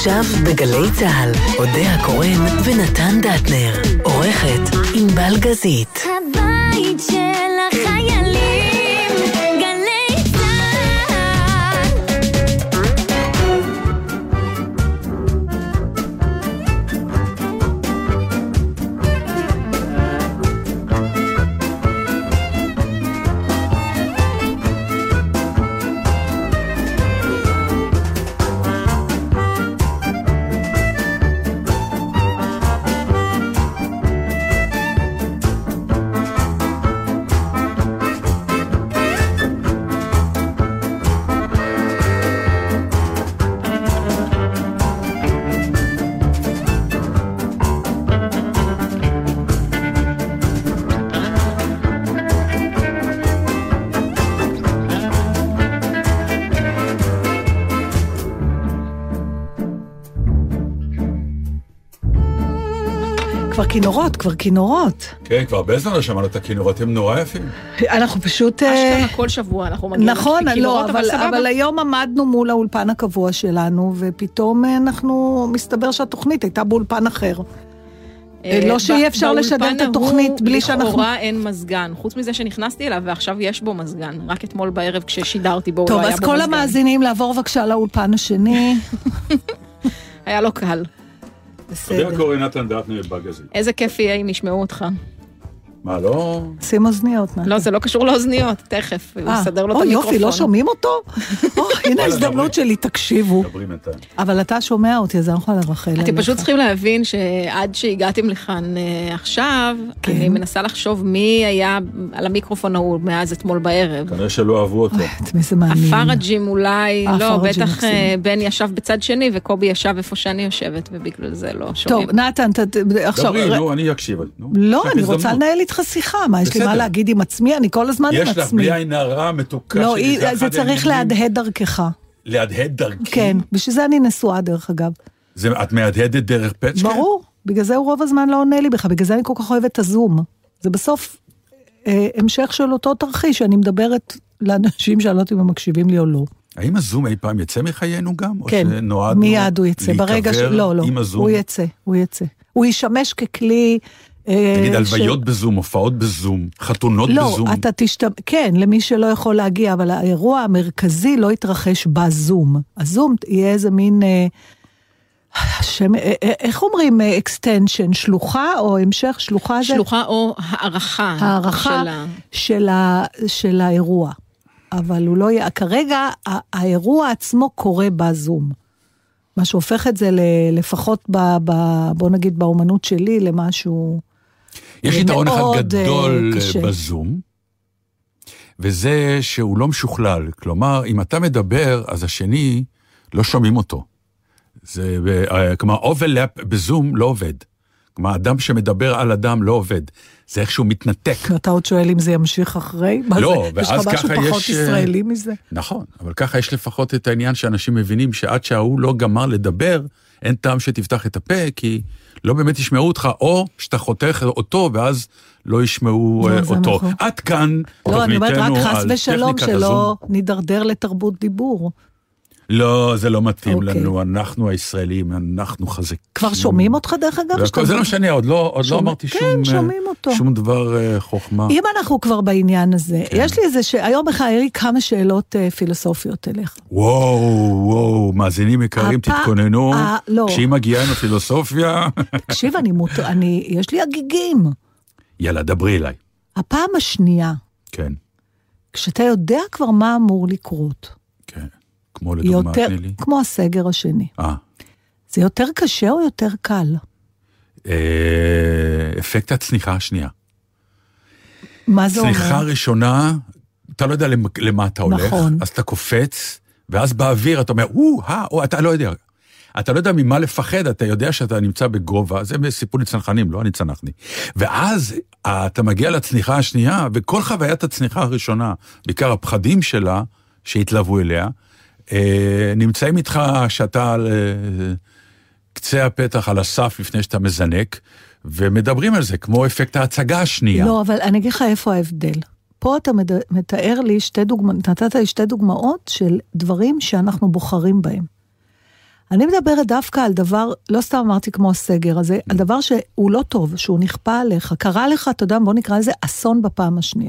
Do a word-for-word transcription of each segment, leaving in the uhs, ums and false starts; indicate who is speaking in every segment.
Speaker 1: עכשיו בגלי צהל, אודיה הקורן ונתן דטנר, עורכת ענבל גזית.
Speaker 2: הבית של החיילים, גלי צהל.
Speaker 3: כבר כינורות, כבר כינורות.
Speaker 4: כן, כבר הרבה זמן לא שמענו את הכינורות, הם נורא יפים.
Speaker 3: אנחנו פשוט...
Speaker 5: אשכרה כל שבוע אנחנו מגיעים
Speaker 3: נכון,
Speaker 5: לכינורות,
Speaker 3: לא,
Speaker 5: אבל
Speaker 3: אבל,
Speaker 5: סבבה.
Speaker 3: אבל היום עמדנו מול האולפן הקבוע שלנו, ופתאום אנחנו, מסתבר שהתוכנית הייתה באולפן אחר. לא שיהיה אפשר לשדר את התוכנית בלי שאנחנו...
Speaker 5: לכאורה אין מזגן, חוץ מזה שנכנסתי אליו ועכשיו יש בו מזגן, רק אתמול בערב כששידרתי בו לא היה בו מזגן.
Speaker 3: טוב, אז כל המאזינים לעבור בבקשה לאולפן השני.
Speaker 5: היה לו קל.
Speaker 4: בסדר. אתה קורא נתן דטנר בגזית.
Speaker 5: איזה כיף יהיה אם ישמעו אותך.
Speaker 4: מה, לא?
Speaker 3: שים אוזניות, נתן.
Speaker 5: לא, זה לא קשור לאוזניות, תכף. הוא יסדר לו את
Speaker 3: או
Speaker 5: המיקרופון.
Speaker 3: יופי, לא שומעים אותו? הנה ההזדמנות שלי, תקשיבו. אבל אתה שומע אותי, אז אני יכולה לרחל עליך.
Speaker 5: אתם פשוט צריכים להבין שעד שהגעתם לכאן עכשיו, אני מנסה לחשוב מי היה על המיקרופון ההוא מאז אתמול בערב.
Speaker 4: כנראה שלא אהבו אותו.
Speaker 3: זה מעניין.
Speaker 5: הפארג'ים אולי, לא, בטח בן ישב בצד שני, וקובי ישב איפה שאני יושבת, ובגלל זה לא שומעים.
Speaker 3: טוב, נתן, עכשיו...
Speaker 4: דברי, נו, אני אקשיב.
Speaker 3: לא, אני רוצה לנהל איתך שיחה, מה יש לי מה להגיד עם עצמי? אני כל הזמן עם עצמי.
Speaker 4: יש לך בלי עין הרע מתוקה
Speaker 3: לא, זה צריך להדהד דרכך.
Speaker 4: להדהד דרכי?
Speaker 3: כן, בשביל זה אני נשואה דרך אגב.
Speaker 4: את מהדהדת דרך פצ'קה?
Speaker 3: ברור, בגלל זה הוא רוב הזמן לא עונה לי בך, בגלל זה אני כל כך אוהבת את הזום. זה בסוף המשך של אותו תרחיש, שאני מדברת לאנשים שאני לא יודעת אם הם מקשיבים לי או לא.
Speaker 4: האם הזום אי פעם יצא מחיינו גם?
Speaker 3: כן, מיד הוא יצא. ברגע ש... לא, לא, הוא יצא, הוא יצא. הוא ישמש ככלי...
Speaker 4: תגיד, הלוויות בזום, הופעות בזום, חתונות בזום.
Speaker 3: לא, אתה תשתמש, כן, למי שלא יכול להגיע, אבל האירוע המרכזי לא יתרחש בזום. הזום יהיה איזה מין, איך אומרים, extension, שלוחה או המשך, שלוחה זה?
Speaker 5: שלוחה או הערכה.
Speaker 3: הערכה של האירוע. אבל הוא לא יהיה, כרגע האירוע עצמו קורה בזום. מה שהופך את זה לפחות, בוא נגיד, באומנות שלי, למשהו...
Speaker 4: יש יתרון אחד גדול בזום, וזה שהוא לא משוכלל. כלומר, אם אתה מדבר, אז השני לא שומעים אותו. זה, כלומר, אוברלאפ בזום לא עובד. כלומר, אדם שמדבר על אדם לא עובד. זה איכשהו מתנתק.
Speaker 3: אתה עוד שואל אם זה ימשיך אחרי?
Speaker 4: לא, ואז ככה יש... יש לך
Speaker 3: משהו פחות ישראלי מזה?
Speaker 4: נכון, אבל ככה יש לפחות את העניין שאנשים מבינים שעד שההוא לא גמר לדבר, אין טעם שתפתח את הפה, כי לא באמת ישמעו אותך, או שאתה חותך אותו, ואז לא ישמעו אותו. עד כאן
Speaker 3: לא, אני אומרת רק חס ושלום שלא נדרדר לתרבות דיבור.
Speaker 4: לא, זה לא מתאים לנו, אנחנו הישראלים, אנחנו חזקים.
Speaker 3: כבר שומעים אותך דרך אגב?
Speaker 4: זה לא משנה, עוד לא אמרתי שום דבר חוכמה.
Speaker 3: אם אנחנו כבר בעניין הזה, יש לי איזה שהיום בחיירי כמה שאלות פילוסופיות אליך.
Speaker 4: וואו, וואו, מאזינים יקרים, תתכוננו, כשהיא מגיעה עם הפילוסופיה.
Speaker 3: תקשיב, יש לי הגיגים.
Speaker 4: יאללה, דברי אליי.
Speaker 3: הפעם השנייה,
Speaker 4: כן.
Speaker 3: כשאתה יודע כבר מה אמור לקרות.
Speaker 4: כן. כמו לדוגמה,
Speaker 3: יותר, כמו הסגר השני.
Speaker 4: אה.
Speaker 3: זה יותר קשה או יותר קל?
Speaker 4: אה, אפקט הצניחה השנייה.
Speaker 3: מה זה אומר?
Speaker 4: צניחה ראשונה, אתה לא יודע למה אתה הולך,
Speaker 3: נכון.
Speaker 4: אז אתה קופץ, ואז באוויר אתה אומר, או, אה, או, אתה לא יודע. אתה לא יודע ממה לפחד, אתה יודע שאתה נמצא בגובה, זה סיפור לצנחנים, לא אני צנחני. ואז אתה מגיע לצניחה השנייה, וכל חוויית הצניחה הראשונה, בעיקר הפחדים שלה, שהתלוו אליה, נמצאים איתך שאתה על קצה הפתח, על הסף לפני שאתה מזנק, ומדברים על זה, כמו אפקט ההצגה השנייה.
Speaker 3: לא, אבל אני אגיד לך איפה ההבדל. פה אתה מתאר לי שתי דוגמאות, נתת לי שתי דוגמאות של דברים שאנחנו בוחרים בהם. אני מדברת דווקא על דבר, לא סתם אמרתי כמו הסגר הזה, על דבר שהוא לא טוב, שהוא נכפה עליך, קרה לך, אתה יודע, בוא נקרא לזה אסון בפעם השנייה.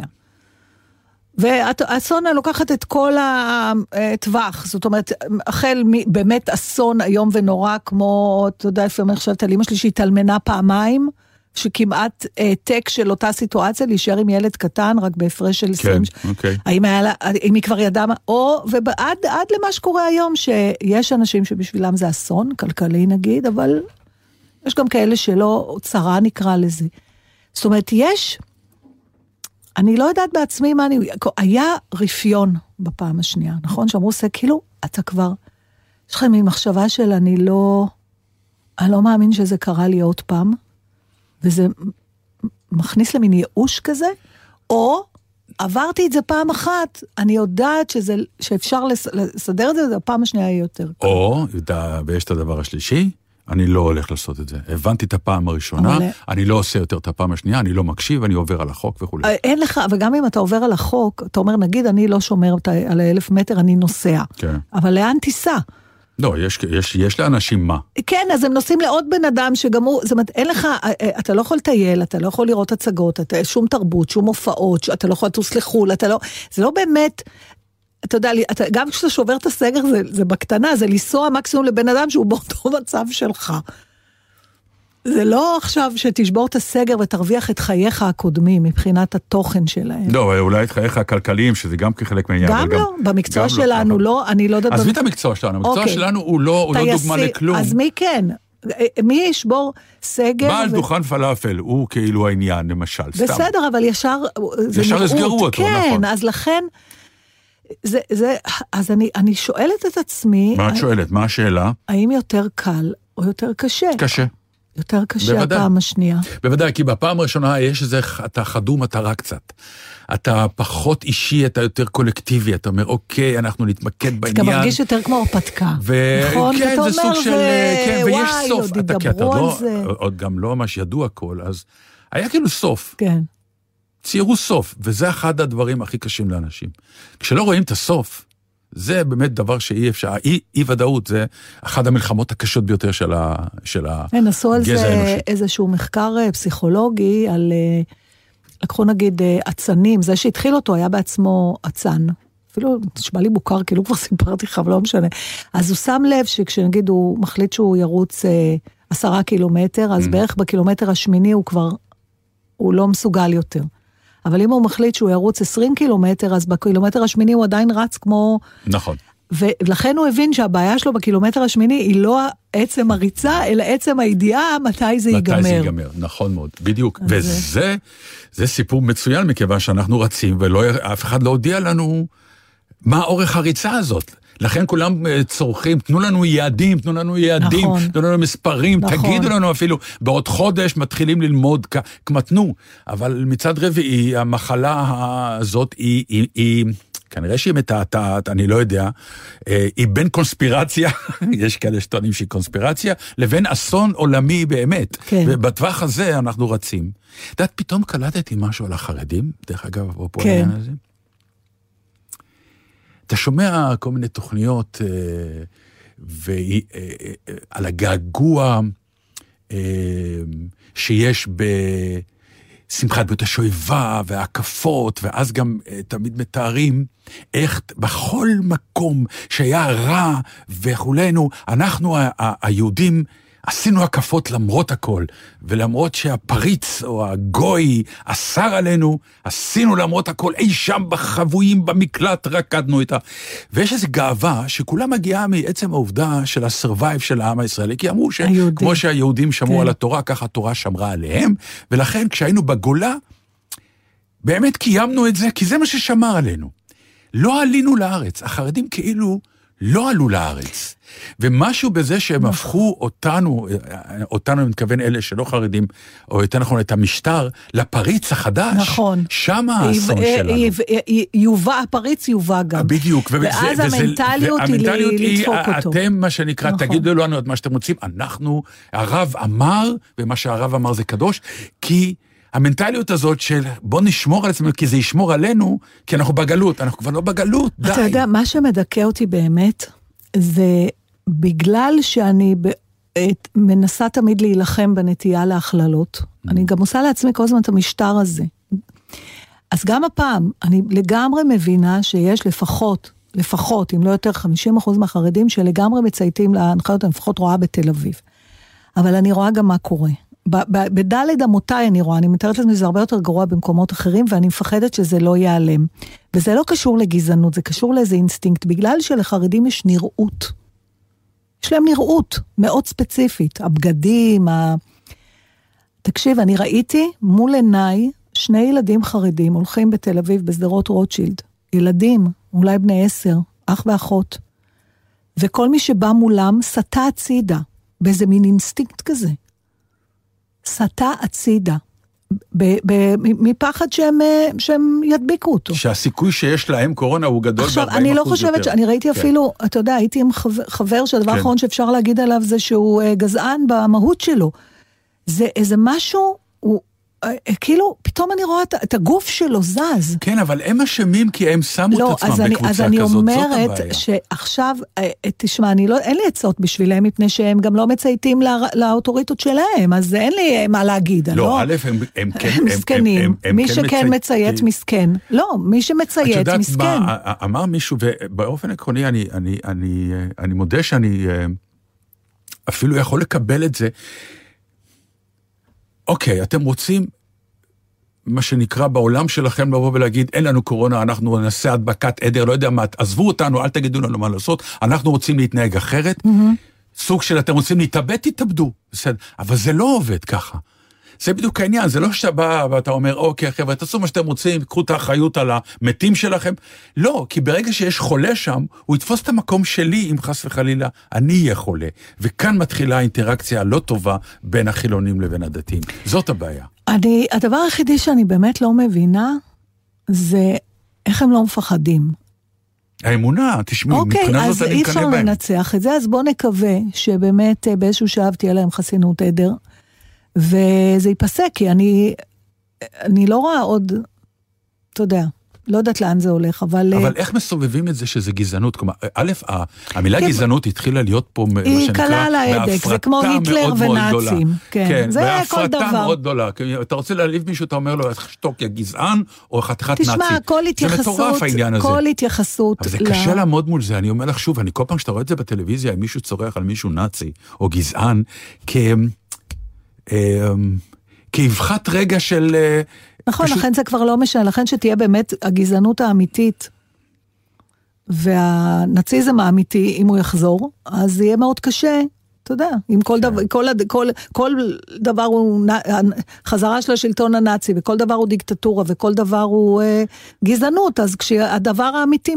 Speaker 3: והאסון לוקחת את כל הטווח, זאת אומרת, החל באמת אסון היום ונורא, כמו, אתה יודע, איפה אני חושבת על אמא שלי שהתאלמנה פעמיים, שכמעט העתק של אותה סיטואציה, להישאר עם ילד קטן, רק בהפרש של עשרים.
Speaker 4: כן, אוקיי.
Speaker 3: האם היה לה, האם היא כבר ידעה, או, ועד עד למה שקורה היום, שיש אנשים שבשבילם זה אסון, כלכלי נגיד, אבל יש גם כאלה שלא, צרה נקרא לזה. זאת אומרת, יש, אני לא יודעת בעצמי מה אני, היה רפיון בפעם השנייה, נכון? שאמרו, זה כאילו, אתה כבר, יש לכם ממחשבה של אני לא, אני לא מאמין שזה קרה לי עוד פעם, וזה מכניס למין ייאוש כזה, או עברתי את זה פעם אחת, אני יודעת שזה, שאפשר לסדר את זה, הפעם השנייה יהיה יותר.
Speaker 4: או, ויש את הדבר השלישי, אני לא הולך לעשות את זה. הבנתי את הפעם הראשונה, אבל... אני לא עושה יותר את הפעם השנייה, אני לא מקשיב, אני עובר על החוק וכו'.
Speaker 3: אין לך, וגם אם אתה עובר על החוק, אתה אומר, נגיד, אני לא שומר על האלף מטר, אני נוסע. כן. אבל לאן תיסע?
Speaker 4: לא, יש, יש, יש לאנשים מה.
Speaker 3: כן, אז הם נוסעים לעוד בן אדם שגם הוא, זאת אומרת, אין לך, אתה לא יכול לטייל, אתה לא יכול לראות הצגות, אתה, שום תרבות, שום הופעות, אתה לא יכול לטוס לחול, אתה לא, זה לא באמת, אתה יודע, אתה, גם כשאתה שובר את הסגר, זה, זה בקטנה, זה לנסוע מקסימום לבן אדם שהוא באותו מצב שלך. זה לא עכשיו שתשבור את הסגר ותרוויח את חייך הקודמים מבחינת התוכן שלהם.
Speaker 4: לא, אולי את חייך הכלכליים, שזה גם כחלק מהעניין.
Speaker 3: גם לא, במקצוע שלנו לא, אני לא יודעת...
Speaker 4: עזבי את המקצוע שלנו, המקצוע שלנו הוא לא דוגמה לכלום.
Speaker 3: אז מי כן? מי ישבור סגר?
Speaker 4: בעל דוכן פלאפל, הוא כאילו העניין, למשל, סתם.
Speaker 3: בסדר, אבל ישר...
Speaker 4: ישר הסגרו אותו, נכון.
Speaker 3: כן, אז לכן... זה, זה, אז אני, אני שואלת את עצמי...
Speaker 4: מה את שואלת? מה השאלה?
Speaker 3: האם יותר קל או יותר קשה?
Speaker 4: קשה.
Speaker 3: יותר קשה הפעם השנייה.
Speaker 4: בוודאי, כי בפעם הראשונה יש איזה, אתה חדום מטרה קצת. אתה פחות אישי, אתה יותר קולקטיבי, אתה אומר, אוקיי, אנחנו נתמקד בעניין.
Speaker 3: אתה מרגיש יותר כמו הרפתקה. נכון?
Speaker 4: כן, זה סוג של... כן, ויש סוף.
Speaker 3: עוד ידברו על זה.
Speaker 4: עוד גם לא ממש ידוע הכל, אז היה כאילו סוף.
Speaker 3: כן.
Speaker 4: ציירו סוף, וזה אחד הדברים הכי קשים לאנשים. כשלא רואים את הסוף, זה באמת דבר שאי אפשר, אי, אי ודאות, זה אחת המלחמות הקשות ביותר של, ה, של הגזע האנושי.
Speaker 3: עשו על זה איזשהו מחקר פסיכולוגי, על, לקחו נגיד עצנים, זה שהתחיל אותו היה בעצמו עצן, אפילו תשמע לי בוקר, כאילו כבר סיפרתי לך, אבל לא משנה. אז הוא שם לב שכשנגיד הוא מחליט שהוא ירוץ עשרה קילומטר, אז mm. בערך בקילומטר השמיני הוא כבר, הוא לא מסוגל יותר. אבל אם הוא מחליט שהוא ירוץ עשרים קילומטר, אז בקילומטר השמיני הוא עדיין רץ כמו...
Speaker 4: נכון.
Speaker 3: ולכן הוא הבין שהבעיה שלו בקילומטר השמיני היא לא עצם הריצה, אלא עצם הידיעה מתי זה ייגמר.
Speaker 4: מתי זה ייגמר, נכון מאוד, בדיוק. וזה זה סיפור מצוין, מכיוון שאנחנו רצים, ואף אחד לא הודיע לנו מה אורך הריצה הזאת. לכן כולם צורכים, תנו לנו יעדים, תנו לנו יעדים, נכון. תנו לנו מספרים, נכון. תגידו לנו אפילו, בעוד חודש מתחילים ללמוד כמתנו, אבל מצד רביעי, המחלה הזאת היא, היא, היא כנראה שהיא מתעתעת, אני לא יודע, היא בין קונספירציה, יש כאלה שטוענים שהיא קונספירציה, לבין אסון עולמי באמת, כן. ובטווח הזה אנחנו רצים. דעת, פתאום קלטתי משהו על החרדים, דרך אגב, אפרופו כן. העניין הזה, אתה שומע כל מיני תוכניות על הגעגוע שיש בשמחת בית השואבה וההקפות, ואז גם תמיד מתארים איך בכל מקום שהיה רע וכולנו, אנחנו היהודים עשינו הקפות למרות הכל, ולמרות שהפריץ או הגוי אסר עלינו, עשינו למרות הכל, אי שם בחבויים במקלט רקדנו איתה. ויש איזו גאווה שכולה מגיעה מעצם העובדה של הסרווייב של העם הישראלי, כי אמרו שכמו שהיהודים שמרו כן. על התורה, ככה התורה שמרה עליהם, ולכן כשהיינו בגולה, באמת קיימנו את זה, כי זה מה ששמר עלינו. לא עלינו לארץ, החרדים כאילו לא עלו לארץ. ומשהו בזה שהם הפכו אותנו, אותנו אני מתכוון אלה שלא חרדים, או יותר נכון את המשטר, לפריץ החדש.
Speaker 3: נכון.
Speaker 4: שם האסון שלנו.
Speaker 3: יובא, הפריץ יובא גם.
Speaker 4: בדיוק.
Speaker 3: ואז המנטליות היא לדפוק אותו.
Speaker 4: אתם מה שנקרא, תגידו לנו את מה שאתם רוצים, אנחנו, הרב אמר, ומה שהרב אמר זה קדוש, כי המנטליות הזאת של בוא נשמור על עצמנו, כי זה ישמור עלינו, כי אנחנו בגלות, אנחנו כבר לא בגלות, די.
Speaker 3: אתה יודע, מה שמדכא אותי באמת, זה בגלל שאני את, מנסה תמיד להילחם בנטייה להכללות, mm. אני גם עושה לעצמי כל הזמן את המשטר הזה. אז גם הפעם, אני לגמרי מבינה שיש לפחות, לפחות, אם לא יותר חמישים אחוז מהחרדים, שלגמרי מצייתים להנחיות, אני לפחות רואה בתל אביב. אבל אני רואה גם מה קורה. בדלת אמותיי אני רואה, אני מתארת לעצמי שזה הרבה יותר גרוע במקומות אחרים, ואני מפחדת שזה לא ייעלם. וזה לא קשור לגזענות, זה קשור לאיזה אינסטינקט, בגלל שלחרדים יש נראות. יש להם נראות מאוד ספציפית, הבגדים, ה... תקשיב, אני ראיתי מול עיניי שני ילדים חרדים הולכים בתל אביב בסדרות רוטשילד, ילדים, אולי בני עשר, אח ואחות, וכל מי שבא מולם סטה הצידה, באיזה מין אינסטינקט כזה. סטה הצידה, ב- ב- מפחד שהם, שהם ידביקו אותו.
Speaker 4: שהסיכוי שיש להם קורונה הוא גדול ב-ארבעים אחוז יותר.
Speaker 3: עכשיו, אני לא חושבת, שאני ראיתי כן. אפילו, אתה יודע, הייתי עם חבר, חבר שהדבר כן. האחרון שאפשר להגיד עליו זה שהוא גזען במהות שלו. זה איזה משהו, הוא, כאילו, פתאום אני רואה את הגוף שלו זז.
Speaker 4: כן, אבל הם אשמים כי הם שמו
Speaker 3: לא,
Speaker 4: את עצמם
Speaker 3: אז אני,
Speaker 4: בקבוצה
Speaker 3: אז אני
Speaker 4: כזאת,
Speaker 3: אומרת שעכשיו, תשמע, אני לא, אין לי עצות בשבילם, מפני שהם גם לא מצייתים לא, לאוטוריטות שלהם, אז אין לי מה להגיד.
Speaker 4: לא, לא? א', הם, הם כן,
Speaker 3: הם מסכנים, הם, הם, מי
Speaker 4: כן
Speaker 3: שכן מציית מסכן. לא, מי שמציית מסכן. את יודעת
Speaker 4: מה, אמר מישהו, ובאופן עקרוני, אני, אני, אני, אני מודה שאני אפילו יכול לקבל את זה. אוקיי, אתם רוצים מה שנקרא בעולם שלכם לבוא ולהגיד, אין לנו קורונה, אנחנו נעשה הדבקת עדר, לא יודע מה, עזבו אותנו, אל תגידו לנו מה לעשות, אנחנו רוצים להתנהג אחרת, mm-hmm. סוג של אתם רוצים להתאבד, תתאבדו, בסדר, אבל זה לא עובד ככה. זה בדיוק העניין, זה לא שאתה בא ואתה אומר, אוקיי חבר'ה, תעשו מה שאתם רוצים, קחו את האחריות על המתים שלכם. לא, כי ברגע שיש חולה שם, הוא יתפוס את המקום שלי, אם חס וחלילה, אני אהיה חולה. וכאן מתחילה האינטראקציה הלא טובה בין החילונים לבין הדתיים. זאת הבעיה.
Speaker 3: אני, הדבר היחידי שאני באמת לא מבינה, זה איך הם לא מפחדים.
Speaker 4: האמונה, תשמעי, מבחינה זאת אני מקנה בהם.
Speaker 3: אוקיי, אז אי אפשר לנצח את זה, אז בוא נקווה שבאמת באיזשהו שעה תהיה להם חסינות עדר, וזה ייפסק, כי אני, אני לא רואה עוד, אתה יודע, לא יודעת לאן זה הולך, אבל...
Speaker 4: אבל איך מסובבים את זה שזה גזענות? כלומר, א', המילה גזענות התחילה להיות פה, מה שנקרא,
Speaker 3: היא קלה על ההדק, זה כמו היטלר ונאצים. כן, זה כל דבר.
Speaker 4: והפרטה מאוד גדולה. אתה רוצה להעליב מישהו, אתה אומר לו, שתוק יא גזען, או חתיכת נאצי.
Speaker 3: תשמע, כל התייחסות,
Speaker 4: זה מטורף העניין הזה.
Speaker 3: כל התייחסות...
Speaker 4: אבל זה קשה לעמוד מול זה, אני אומר לך שוב, אני כל פעם שאתה רואה את זה בטלוויזיה, אם מישהו צורח על מישהו נאצי, או גזען, כהבחת רגע של...
Speaker 3: נכון, לכן זה כבר לא משנה, לכן שתהיה באמת הגזענות האמיתית, והנאציזם האמיתי, אם הוא יחזור, אז יהיה מאוד קשה, אתה יודע, אם כל דבר, כל, כל, כל דבר הוא חזרה של השלטון הנאצי, וכל דבר הוא דיקטטורה, וכל דבר הוא אה, גזענות, אז כשהדבר האמיתי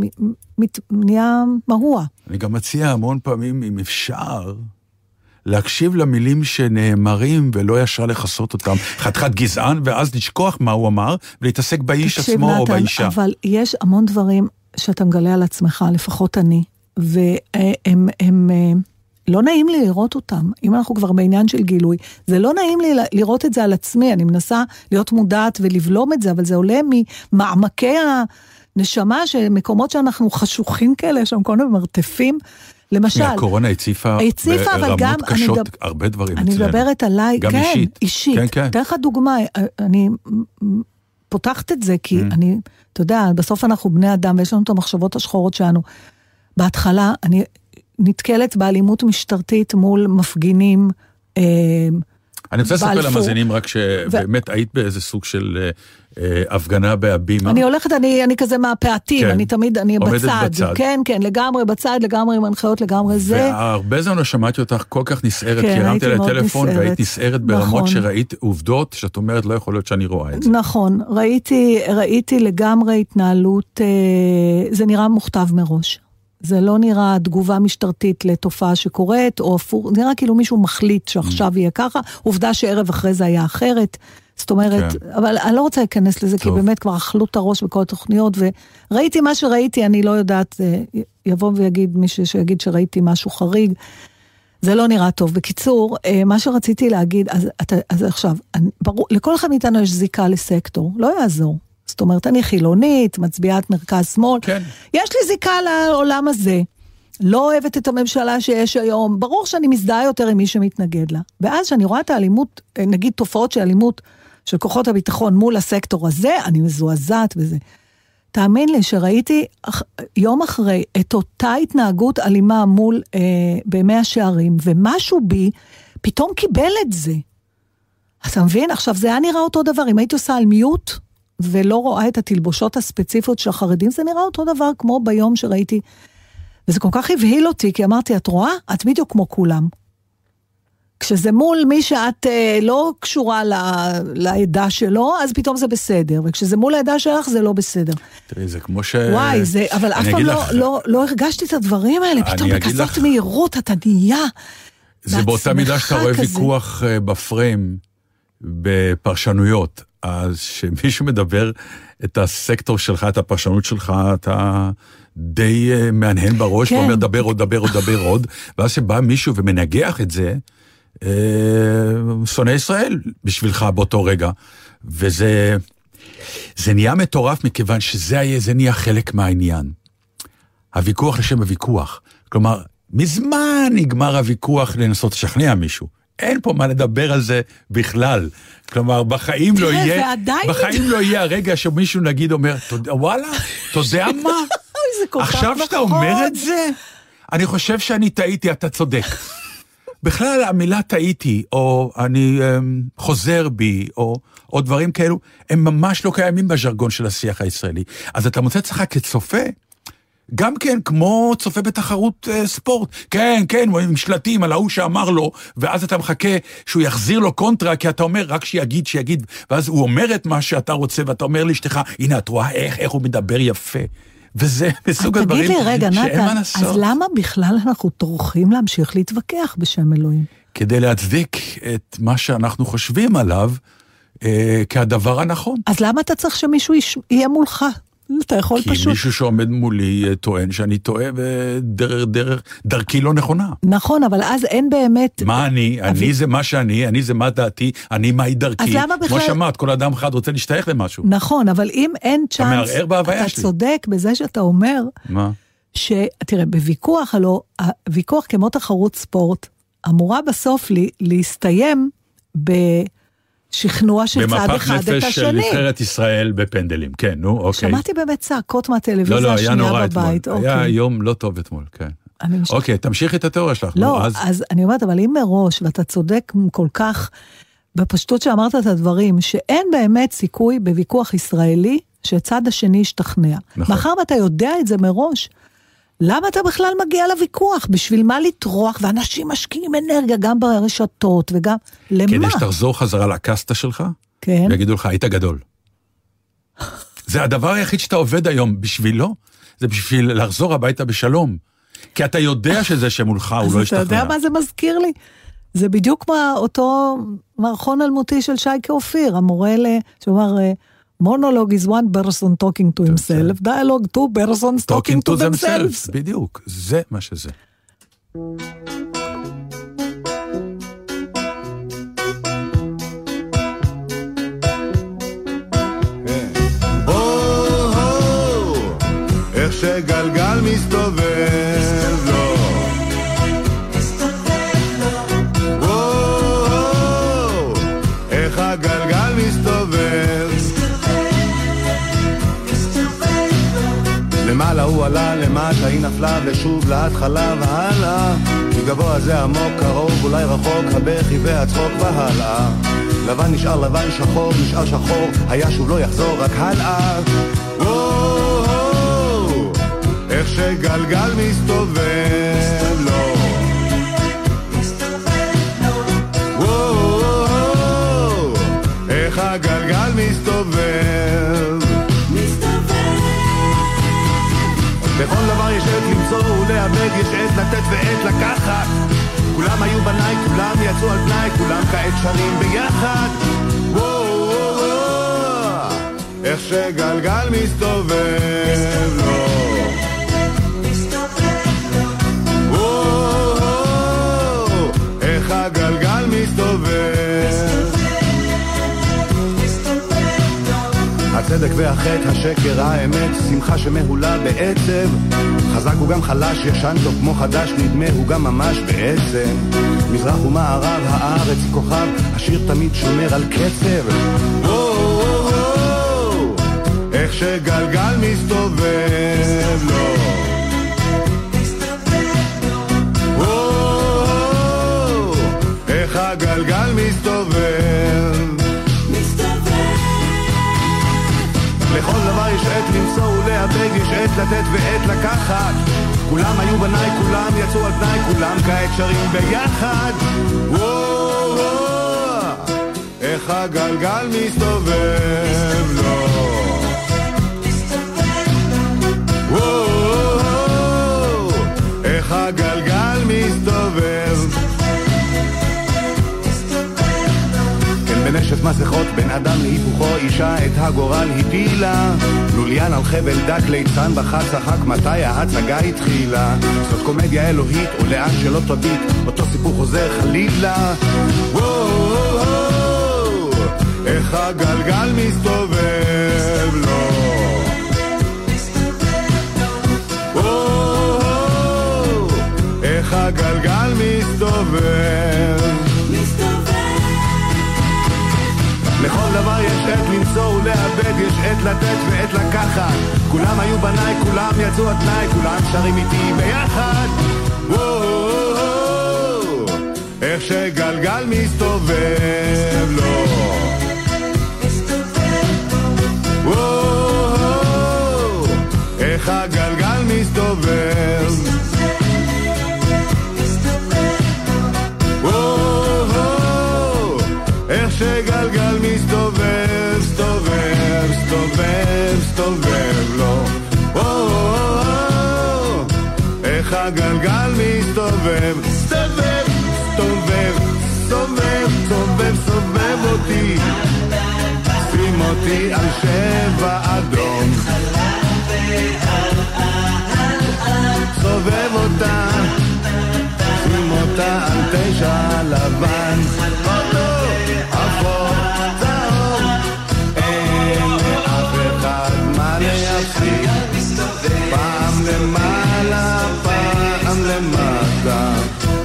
Speaker 3: נהיה מרוע.
Speaker 4: אני גם מציע המון פעמים, אם אפשר... להקשיב למילים שנאמרים ולא ישר לחסות אותם, חתיכת גזען, ואז לשכוח מה הוא אמר, ולהתעסק באיש עצמו נתן, או באישה.
Speaker 3: אבל יש המון דברים שאתה מגלה על עצמך, לפחות אני, והם הם, לא נעים לי לראות אותם, אם אנחנו כבר בעניין של גילוי, זה לא נעים לי לראות את זה על עצמי, אני מנסה להיות מודעת ולבלום את זה, אבל זה עולה ממעמקי הנשמה, שמקומות שאנחנו חשוכים כאלה, שם כל מיני מרתפים, למשל,
Speaker 4: הקורונה הציפה,
Speaker 3: הציפה אבל גם,
Speaker 4: קשות,
Speaker 3: אני,
Speaker 4: הרבה דברים
Speaker 3: אני
Speaker 4: אצלנו.
Speaker 3: מדברת עליי,
Speaker 4: גם
Speaker 3: כן,
Speaker 4: אישית.
Speaker 3: אישית.
Speaker 4: כן, כן.
Speaker 3: תן לך דוגמה, אני פותחת את זה, כי mm. אני, אתה יודע, בסוף אנחנו בני אדם, ויש לנו את המחשבות השחורות שלנו. בהתחלה, אני נתקלת באלימות משטרתית מול מפגינים, אה,
Speaker 4: אני רוצה לספר למאזינים רק שבאמת היית באיזה סוג של הפגנה בהבימה.
Speaker 3: אני הולכת, אני כזה מהפעתים, אני תמיד, אני בצד. כן, כן, לגמרי בצד, לגמרי עם הנחיות, לגמרי זה.
Speaker 4: והרבה זמן לא שמעתי אותך כל כך נסערת, כי הרמתי לה טלפון והיית נסערת ברמות שראית עובדות, שאת אומרת לא יכול להיות שאני רואה את זה. נכון, ראיתי לגמרי התנהלות, זה נראה מוכתב מראש. זה לא נראה תגובה משטרתית לתופעה שקורית, או אפור, נראה כאילו מישהו מחליט שעכשיו יהיה ככה, עובדה שערב אחרי זה היה אחרת, זאת אומרת, כן. אבל אני לא רוצה להיכנס לזה, טוב. כי באמת כבר אכלו את הראש בכל התוכניות, וראיתי מה שראיתי, אני לא יודעת, יבוא ויגיד מישהו שיגיד שראיתי משהו חריג, זה לא נראה טוב. בקיצור, מה שרציתי להגיד, אז, אז עכשיו, ברור, לכל אחד מאיתנו יש זיקה לסקטור, לא יעזור. זאת אומרת, אני חילונית, מצביעת מרכז שמאל. כן. יש לי זיקה לעולם הזה.
Speaker 3: לא אוהבת את הממשלה שיש היום, ברור שאני מזדהה יותר עם מי שמתנגד לה. ואז שאני רואה את האלימות, נגיד תופעות של אלימות של כוחות הביטחון מול הסקטור הזה, אני מזועזעת וזה. תאמין לי שראיתי יום אחרי את אותה התנהגות אלימה מול אה, בימי השערים, ומשהו בי פתאום קיבל את זה. אתה מבין? עכשיו זה היה נראה אותו דבר, אם הייתי עושה על מיוט, ולא רואה את התלבושות הספציפיות של החרדים, זה נראה אותו דבר כמו ביום שראיתי, וזה כל כך הבהיל אותי, כי אמרתי, את רואה? את בדיוק כמו כולם. כשזה מול מי שאת אה, לא קשורה ל, לעדה שלו, אז פתאום זה בסדר, וכשזה מול העדה שלך זה לא בסדר.
Speaker 4: תראי, זה כמו ש...
Speaker 3: וואי, זה, אבל אף פעם לא, לא, לא הרגשתי את הדברים האלה, פתאום בכזאת לך... מהירות, אתה נהיה.
Speaker 4: זה באותה מידה שאתה רואה ויכוח בפריים, בפרשנויות, אז שמישהו מדבר את הסקטור שלך, את הפרשנות שלך, אתה די מענהן בראש, כן. ואומר דבר עוד, דבר עוד, דבר עוד, ואז שבא מישהו ומנגח את זה, שונא ישראל בשבילך באותו רגע, וזה זה נהיה מטורף מכיוון שזה היה, זה נהיה חלק מהעניין. הוויכוח לשם הוויכוח, כלומר, מזמן נגמר הוויכוח לנסות לשכנע מישהו. אין פה מה לדבר על זה בכלל. כלומר, בחיים לא יהיה, בחיים לא יהיה הרגע שמישהו נגיד אומר, וואלה, אתה יודע מה? עכשיו שאתה אומר את זה, אני חושב שאני טעיתי, אתה צודק. בכלל המילה טעיתי, או אני um, חוזר בי, או, או דברים כאלו, הם ממש לא קיימים בז'רגון של השיח הישראלי. אז אתה מוצא צחק כצופה, גם כן, כמו צופה בתחרות uh, ספורט. כן, כן, עם שלטים על ההוא שאמר לו, ואז אתה מחכה שהוא יחזיר לו קונטרה, כי אתה אומר, רק שיגיד, שיגיד, ואז הוא אומר את מה שאתה רוצה, ואתה אומר לאשתך, הנה, את רואה איך, איך הוא מדבר יפה. וזה מסוג הדברים
Speaker 3: שאין מה לעשות. אז למה בכלל אנחנו טורחים להמשיך להתווכח בשם אלוהים?
Speaker 4: כדי להצדיק את מה שאנחנו חושבים עליו אה, כהדבר הנכון.
Speaker 3: אז למה אתה צריך שמישהו יהיה מולך? אתה יכול
Speaker 4: כי
Speaker 3: פשוט...
Speaker 4: כי מישהו שעומד מולי טוען שאני טועה בדרך, דרך, דרכי לא נכונה.
Speaker 3: נכון, אבל אז אין באמת...
Speaker 4: מה אני? אבל... אני זה מה שאני, אני זה מה דעתי, אני מהי דרכי.
Speaker 3: אז למה בכלל...
Speaker 4: כמו שאמרת, כל אדם אחד רוצה להשתייך למשהו.
Speaker 3: נכון, אבל אם אין צ'אנס, אתה
Speaker 4: שלי.
Speaker 3: צודק בזה שאתה אומר...
Speaker 4: מה?
Speaker 3: שתראה, בוויכוח, הלא, הוויכוח כמו תחרות ספורט, אמורה בסוף לי, להסתיים ב... שכנוע של צד אחד את השני.
Speaker 4: במפח נפש של נבחרת ישראל בפנדלים, כן, נו, אוקיי.
Speaker 3: שמעתי באמת צעקות מהטלוויזיה
Speaker 4: לא, לא,
Speaker 3: השנייה בבית.
Speaker 4: אתמול. היה יום לא טוב אתמול, כן. אוקיי, תמשיכי את התיאוריה שלך.
Speaker 3: לא, אז אני אומרת, אבל אם מראש, ואתה צודק כל כך, בפשטות שאמרת את הדברים, שאין באמת סיכוי בוויכוח ישראלי, שצד השני ישתכנע. מאחר ואתה יודע את זה מראש, למה אתה בכלל מגיע לוויכוח? בשביל מה לטרוח? ואנשים משקיעים אנרגיה גם ברשתות וגם... למה?
Speaker 4: כדי שתחזור חזרה לקסטה שלך,
Speaker 3: כן.
Speaker 4: ויגידו לך, היית גדול. זה הדבר היחיד שאתה עובד היום בשבילו, זה בשביל לחזור הביתה בשלום. כי אתה יודע שזה שמולך, הוא לא ישתכנע.
Speaker 3: אז אתה יודע מה זה מזכיר לי? זה בדיוק כמו אותו מערכון אלמותי של שייקה אופיר, המורה שאומר... Monologue is one person talking to himself, dialogue two persons talking to themselves.
Speaker 4: בדיוק, זה מה שזה.
Speaker 6: בואו, איך שגלגל מסתובב לו. בואו, איך הגלגל מסתובב. למעלה הוא עלה, למטה היא נפלה, ושוב להתחלה והלאה. מגבוה זה עמוק, קרוב, אולי רחוק, הבכי והצחוק והלאה. לבן נשאר לבן, שחור נשאר שחור, היה שוב לא יחזור, רק הלאה. וואו, איך שגלגל מסתובב לו. וואו, איך הגלגל מסתובב. בכל דבר יש עת למצוא ולאבד, יש עת לתת ועת לקחת. כולם היו בניי, כולם יצאו על פניי, כולם כעת שרים ביחד. וואו, וואו, איך שגלגל מסתובב לו. וואו, איך הגלגל מסתובב. הצדק והחטא, השקר, האמת, שמחה שמהולה בעצב. חזק הוא גם חלש, ישן טוב כמו חדש, נדמה הוא גם ממש בעצם. מזרח ומערב, הארץ היא כוכב, השיר תמיד שומר על קצב. וואו, איך שגלגל מסתובב לו. וואו, איך הגלגל מסתובב. לכל דבר יש עת למצוא ולאבד, יש עת לתת ועת לקחת. כולם היו בניי, כולם יצאו על תנאי, כולם כעת שרים ביחד. וואו, איך הגלגל מסתובב לו. וואו, איך הגלגל מסתובב. בנשף מסכות בין אדם להיפוכו, אישה את הגורל הפילה. לוליין על חבל דק ליצן בחד צחק, מתי ההצגה התחילה. זאת קומדיה אלוהית או לאן שלא תביט, אותו סיפור חוזר חלילה. וואו, איך הגלגל מסתובב לו. וואו, איך הגלגל מסתובב. לכל דבר יש עת למצוא ולאבד, יש עת לתת ועת לקחת. כולם היו בניי, כולם יצאו על תנאי, כולם שרים איתי ביחד. וואו, איך שגלגל מסתובב לו. וואו, איך הגלגל מסתובב. איך שגלגל מסתובב, סתובב, סתובב, סתובב לו. איך הגלגל מסתובב, סתובב, סתובב, סתובב, סתובב, סתובב אותי. שים אותי על שבע אדום. סובב אותה, שים אותה על תשע לבן. פעם למעלה, פעם למטה,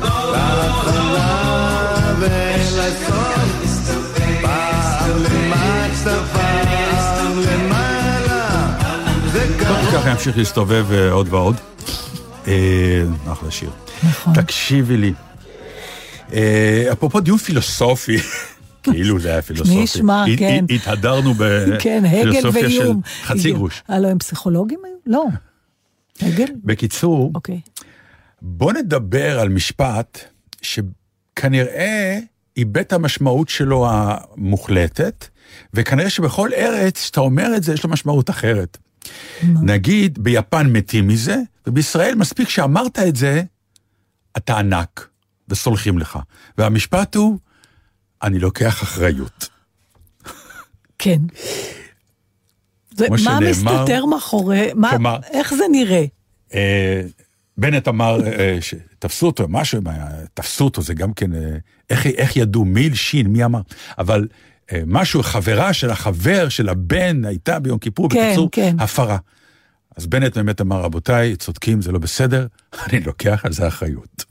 Speaker 6: להתחלה ולסוף. פעם למטה, פעם למעלה.
Speaker 4: ככה ימשיך להסתובב עוד ועוד. אחלה שיר. תקשיבי לי. אפרופו דיון פילוסופי, כאילו זה היה פילוסופי.
Speaker 3: נשמע, כן.
Speaker 4: התהדרנו בפילוסופיה של חצי גרוש.
Speaker 3: הלו, הם פסיכולוגים היו? לא. הגל?
Speaker 4: בקיצור,
Speaker 3: אוקיי.
Speaker 4: בוא נדבר על משפט שכנראה איבד המשמעות שלו המוחלטת, וכנראה שבכל ארץ, שאתה אומר את זה, יש לו משמעות אחרת. נגיד, ביפן מתים מזה, ובישראל מספיק שאמרת את זה, אתה ענק, וסולחים לך. והמשפט הוא, אני לוקח אחריות.
Speaker 3: כן. זה, מה שנאמר, מסתתר מאחורי, מה, כלומר, איך זה נראה?
Speaker 4: אה, בנט אמר, אה, שתפסו אותו, משהו, תפסו אותו, זה גם כן, אה, איך, איך ידעו, מיל, שין, מי אמר? אבל אה, משהו, חברה של החבר, של הבן, הייתה ביום כיפור,
Speaker 3: כן,
Speaker 4: בקיצור,
Speaker 3: כן.
Speaker 4: הפרה. אז בנט באמת אמר, רבותיי, צודקים, זה לא בסדר, אני לוקח על זה אחריות.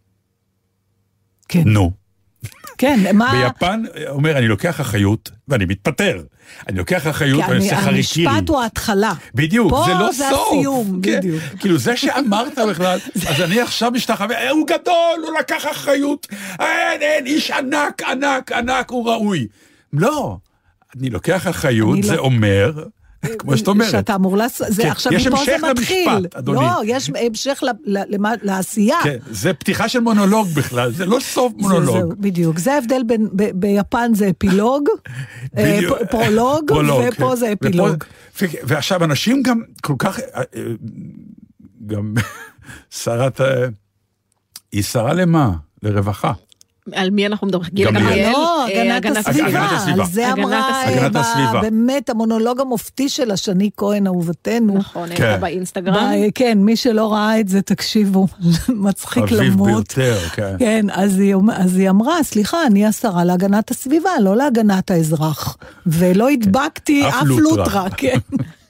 Speaker 3: כן.
Speaker 4: נו.
Speaker 3: כן, מה...
Speaker 4: ביפן אומר, אני לוקח אחריות, ואני מתפטר. אני לוקח אחריות, ואני עושה חריקירי.
Speaker 3: המשפט הוא ההתחלה.
Speaker 4: בדיוק, זה לא סוף.
Speaker 3: פה זה הסיום,
Speaker 4: כן,
Speaker 3: בדיוק.
Speaker 4: כאילו, זה שאמרת בכלל, אז אני עכשיו משתחווה, הוא גדול, הוא לקח אחריות, אין, אין, איש ענק, ענק, ענק, הוא ראוי. לא, אני לוקח אחריות, זה אומר... כמו שאת אומרת.
Speaker 3: שאתה אמור לעשות, זה עכשיו מפה זה מתחיל.
Speaker 4: למשפט, אדוני.
Speaker 3: לא, יש המשך לעשייה.
Speaker 4: כן, זה פתיחה של מונולוג בכלל, זה לא סוף מונולוג.
Speaker 3: בדיוק, זה ההבדל בין, ביפן זה אפילוג, פרולוג, ופה זה אפילוג.
Speaker 4: ועכשיו אנשים גם כל כך, גם שרת, היא שרה למה? לרווחה.
Speaker 5: על מי אנחנו מדברים? גילה
Speaker 4: גמליאל.
Speaker 5: גמליאל?
Speaker 3: לא,
Speaker 5: אה,
Speaker 3: הגנת הסביבה,
Speaker 4: הגנת הסביבה.
Speaker 3: על זה
Speaker 5: הגנת
Speaker 3: אמרה,
Speaker 5: הסביבה.
Speaker 4: הגנת
Speaker 3: אה,
Speaker 4: הסביבה.
Speaker 3: באמת המונולוג המופתי של השני כהן אהובתנו.
Speaker 5: נכון,
Speaker 4: כן.
Speaker 5: הייתה באינסטגרם.
Speaker 3: ב- כן, מי שלא ראה את זה, תקשיבו, מצחיק
Speaker 4: חביב
Speaker 3: למות.
Speaker 4: ביותר, כן.
Speaker 3: כן, אז היא, אז היא אמרה, סליחה, אני השרה להגנת הסביבה, לא להגנת האזרח. ולא הדבקתי
Speaker 4: אף
Speaker 3: אף
Speaker 4: לוטרה.
Speaker 3: לוטרה, כן.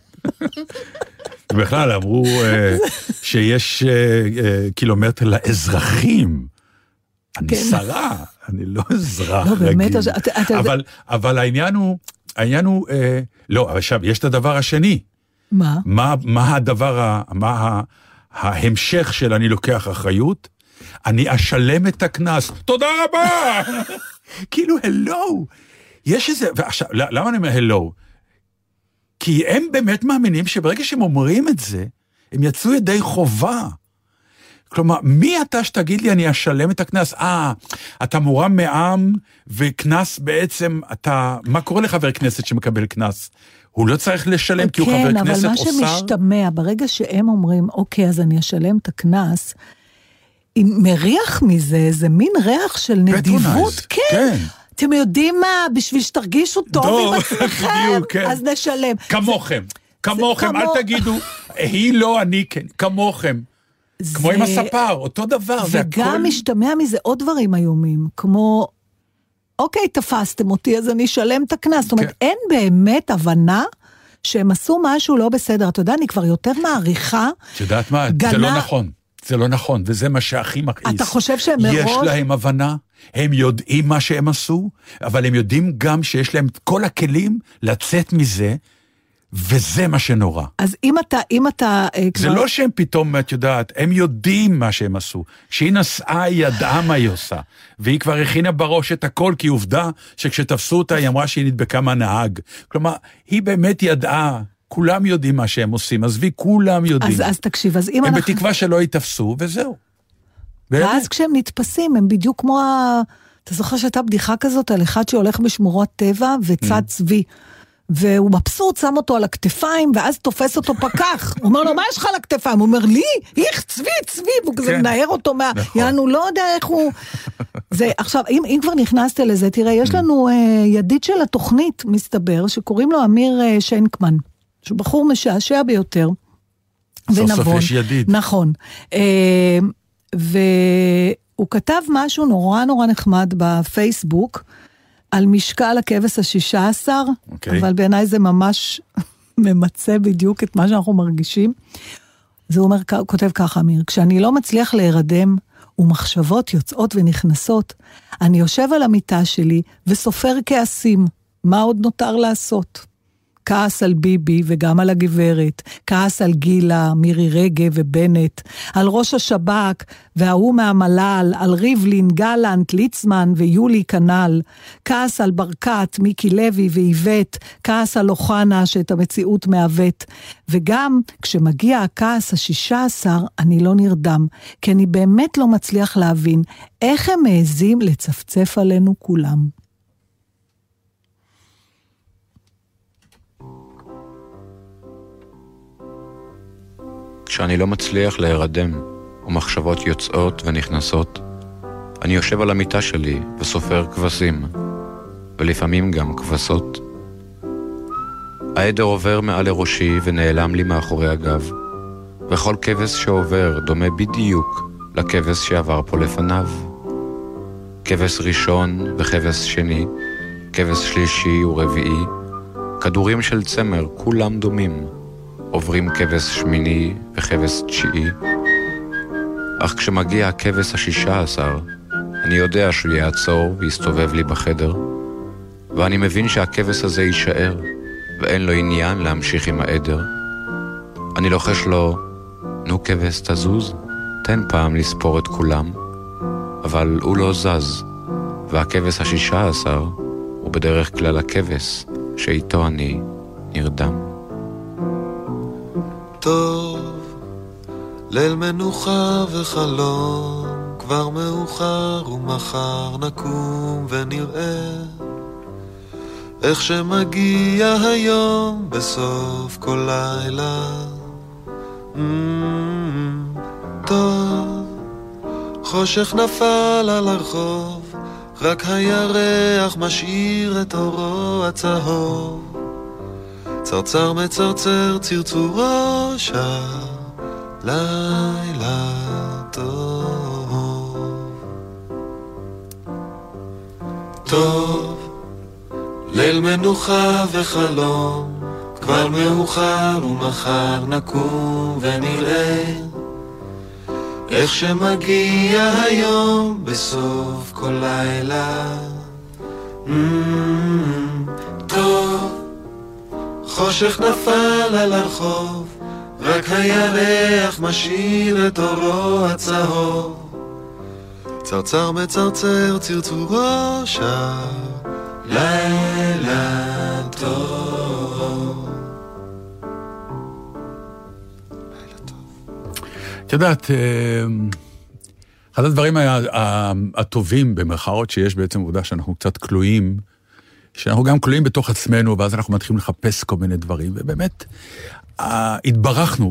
Speaker 4: בכלל אמרו אה, שיש אה, אה, קילומטר לאזרחים. אני
Speaker 3: כן.
Speaker 4: שרה, אני לא אזרח
Speaker 3: לא,
Speaker 4: רגיל.
Speaker 3: באמת, אז אתה- אתה יודע-
Speaker 4: אבל, אבל העניין הוא, העניין הוא, אה, לא, עכשיו, יש את הדבר השני.
Speaker 3: מה?
Speaker 4: מה, מה הדבר, ה- מה ה- ההמשך של אני לוקח אחריות? אני אשלם את הכנס. תודה רבה! כאילו, הלו. יש איזה, ועכשיו, למה אני אומר הלו? כי הם באמת מאמינים שברגע שהם אומרים את זה, הם יצאו ידי חובה. כלומר, מי אתה שתגיד לי אני אשלם את הכנס? אה, אתה מורם מעם, וכנס בעצם, אתה, מה קורה לחבר כנסת שמקבל כנס? הוא לא צריך לשלם כי הוא
Speaker 3: כן,
Speaker 4: חבר כנסת
Speaker 3: אבל
Speaker 4: או
Speaker 3: מה
Speaker 4: שר?
Speaker 3: שמשתמע, ברגע שהם אומרים, אוקיי, אז אני אשלם את הכנס, מריח מזה, זה מין ריח של נדיבות,
Speaker 4: Patronize,
Speaker 3: כן.
Speaker 4: כן.
Speaker 3: אתם יודעים מה, בשביל שתרגישו טוב
Speaker 4: טוב,
Speaker 3: עם עצמכם,
Speaker 4: בדיוק, כן.
Speaker 3: אז נשלם.
Speaker 4: כמוכם, כמוכם,
Speaker 3: כמו-
Speaker 4: אל תגידו, היא לא, אני כן, כמוכם. כמו
Speaker 3: זה-
Speaker 4: עם הספר, אותו דבר, זה הכל...
Speaker 3: וגם משתמע מזה עוד דברים איומים, כמו, אוקיי, תפסתם אותי, אז אני אשלם את הכנס. זאת אומרת,
Speaker 4: כן.
Speaker 3: אין באמת הבנה שהם עשו משהו לא בסדר. אתה יודע, אני כבר יותר מעריכה.
Speaker 4: את יודעת מה?
Speaker 3: גנה-
Speaker 4: זה לא נכון. זה לא נכון, וזה מה שהכי מכעיס.
Speaker 3: אתה חושב שהם
Speaker 4: יש
Speaker 3: מראש-
Speaker 4: להם הבנה, הם יודעים מה שהם עשו, אבל הם יודעים גם שיש להם את כל הכלים לצאת מזה, וזה מה שנורא.
Speaker 3: אז אם אתה, אם אתה... אה,
Speaker 4: זה
Speaker 3: כבר-
Speaker 4: לא שהם פתאום, את יודעת, הם יודעים מה שהם עשו. כשהיא נסעה, היא ידעה מה היא עושה. והיא כבר הכינה בראש את הכל, כי עובדה שכשתפסו אותה, היא אמרה שהיא נדבקה מהנהג. כלומר, היא באמת ידעה, כולם יודעים מה שהם עושים, עזבי, כולם יודעים.
Speaker 3: אז, אז תקשיב, אז אם
Speaker 4: הם
Speaker 3: אנחנו...
Speaker 4: בתקווה שלא יתפסו, וזהו. באמת.
Speaker 3: ואז כשהם נתפסים, הם בדיוק כמו ה... אתה זוכר שהייתה בדיחה כזאת על אחד שהולך בשמורות טבע וצד צבי. והוא מבסוט, שם אותו על הכתפיים, ואז תופס אותו פקח. הוא אומר לו, מה יש לך על הכתפיים? הוא אומר, לי? איך צבי, צבי, והוא כזה
Speaker 4: כן.
Speaker 3: מנער אותו מה...
Speaker 4: נכון.
Speaker 3: יענו, לא יודע איך הוא... זה, עכשיו, אם, אם כבר נכנסת לזה, תראה, יש לנו אה, ידיד של התוכנית, מסתבר, שקוראים לו אמיר אה, שנקמן, שהוא בחור משעשע ביותר.
Speaker 4: סוף סוף
Speaker 3: ונבון.
Speaker 4: יש ידיד.
Speaker 3: נכון. אה, והוא כתב משהו נורא נורא נחמד בפייסבוק, על משקל הכבש השישה עשר,
Speaker 4: אוקיי.
Speaker 3: אבל בעיניי זה ממש ממצא בדיוק את מה שאנחנו מרגישים. זה אומר, הוא כותב ככה, אמיר, כשאני לא מצליח להירדם, ומחשבות יוצאות ונכנסות, אני יושב על המיטה שלי וסופר כעסים. מה עוד נותר לעשות? כעס על ביבי וגם על הגברת, כעס על גילה, מירי רגב ובנט, על ראש השב"כ וההוא מהמל"ל, על ריבלין, גלנט, ליצמן ויולי כנל, כעס על ברקת, מיקי לוי ואיבט, כעס על אוחנה שאת המציאות מעוות, וגם כשמגיע הכעס השישה עשר אני לא נרדם, כי אני באמת לא מצליח להבין איך הם מעזים לצפצף עלינו כולם.
Speaker 7: כשאני לא מצליח להירדם, ומחשבות יוצאות ונכנסות, אני יושב על המיטה שלי וסופר כבשים, ולפעמים גם כבשות. העדר עובר מעל לראשי ונעלם לי מאחורי הגב, וכל כבש שעובר דומה בדיוק לכבש שעבר פה לפניו. כבש ראשון וכבש שני, כבש שלישי ורביעי, כדורים של צמר כולם דומים. עוברים כבש שמיני וכבש תשיעי, אך כשמגיע הכבש השישה עשר, אני יודע שהוא יעצור ויסתובב לי בחדר, ואני מבין שהכבש הזה יישאר, ואין לו עניין להמשיך עם העדר. אני לוחש לו, נו כבש תזוז, תן פעם לספור את כולם, אבל הוא לא זז, והכבש השישה עשר הוא בדרך כלל הכבש שאיתו אני נרדם.
Speaker 8: טוב, ליל מנוחה וחלום, כבר מאוחר ומחר נקום ונראה איך שמגיע היום בסוף כל לילה. mm, טוב, חושך נפל על הרחוב, רק הירח משאיר את אורו הצהוב. צרצר מצרצר צרצורו שר, לילה טוב. טוב, ליל מנוחה וחלום, כבר מאוחר ומחר נקום ונראה איך שמגיע היום בסוף כל לילה. mm, טוב, חושך נפל על הרחוב, רק הירח משאיר את אורו הצהוב. צרצר מצרצר צרצורו שר, לילה טוב.
Speaker 4: את יודעת, אחד הדברים הטובים במרכאות שיש בעצם עובדה שאנחנו קצת כלואים, שאנחנו גם כלואים בתוך עצמנו, ואז אנחנו מתחילים לחפש כל מיני דברים, ובאמת התברכנו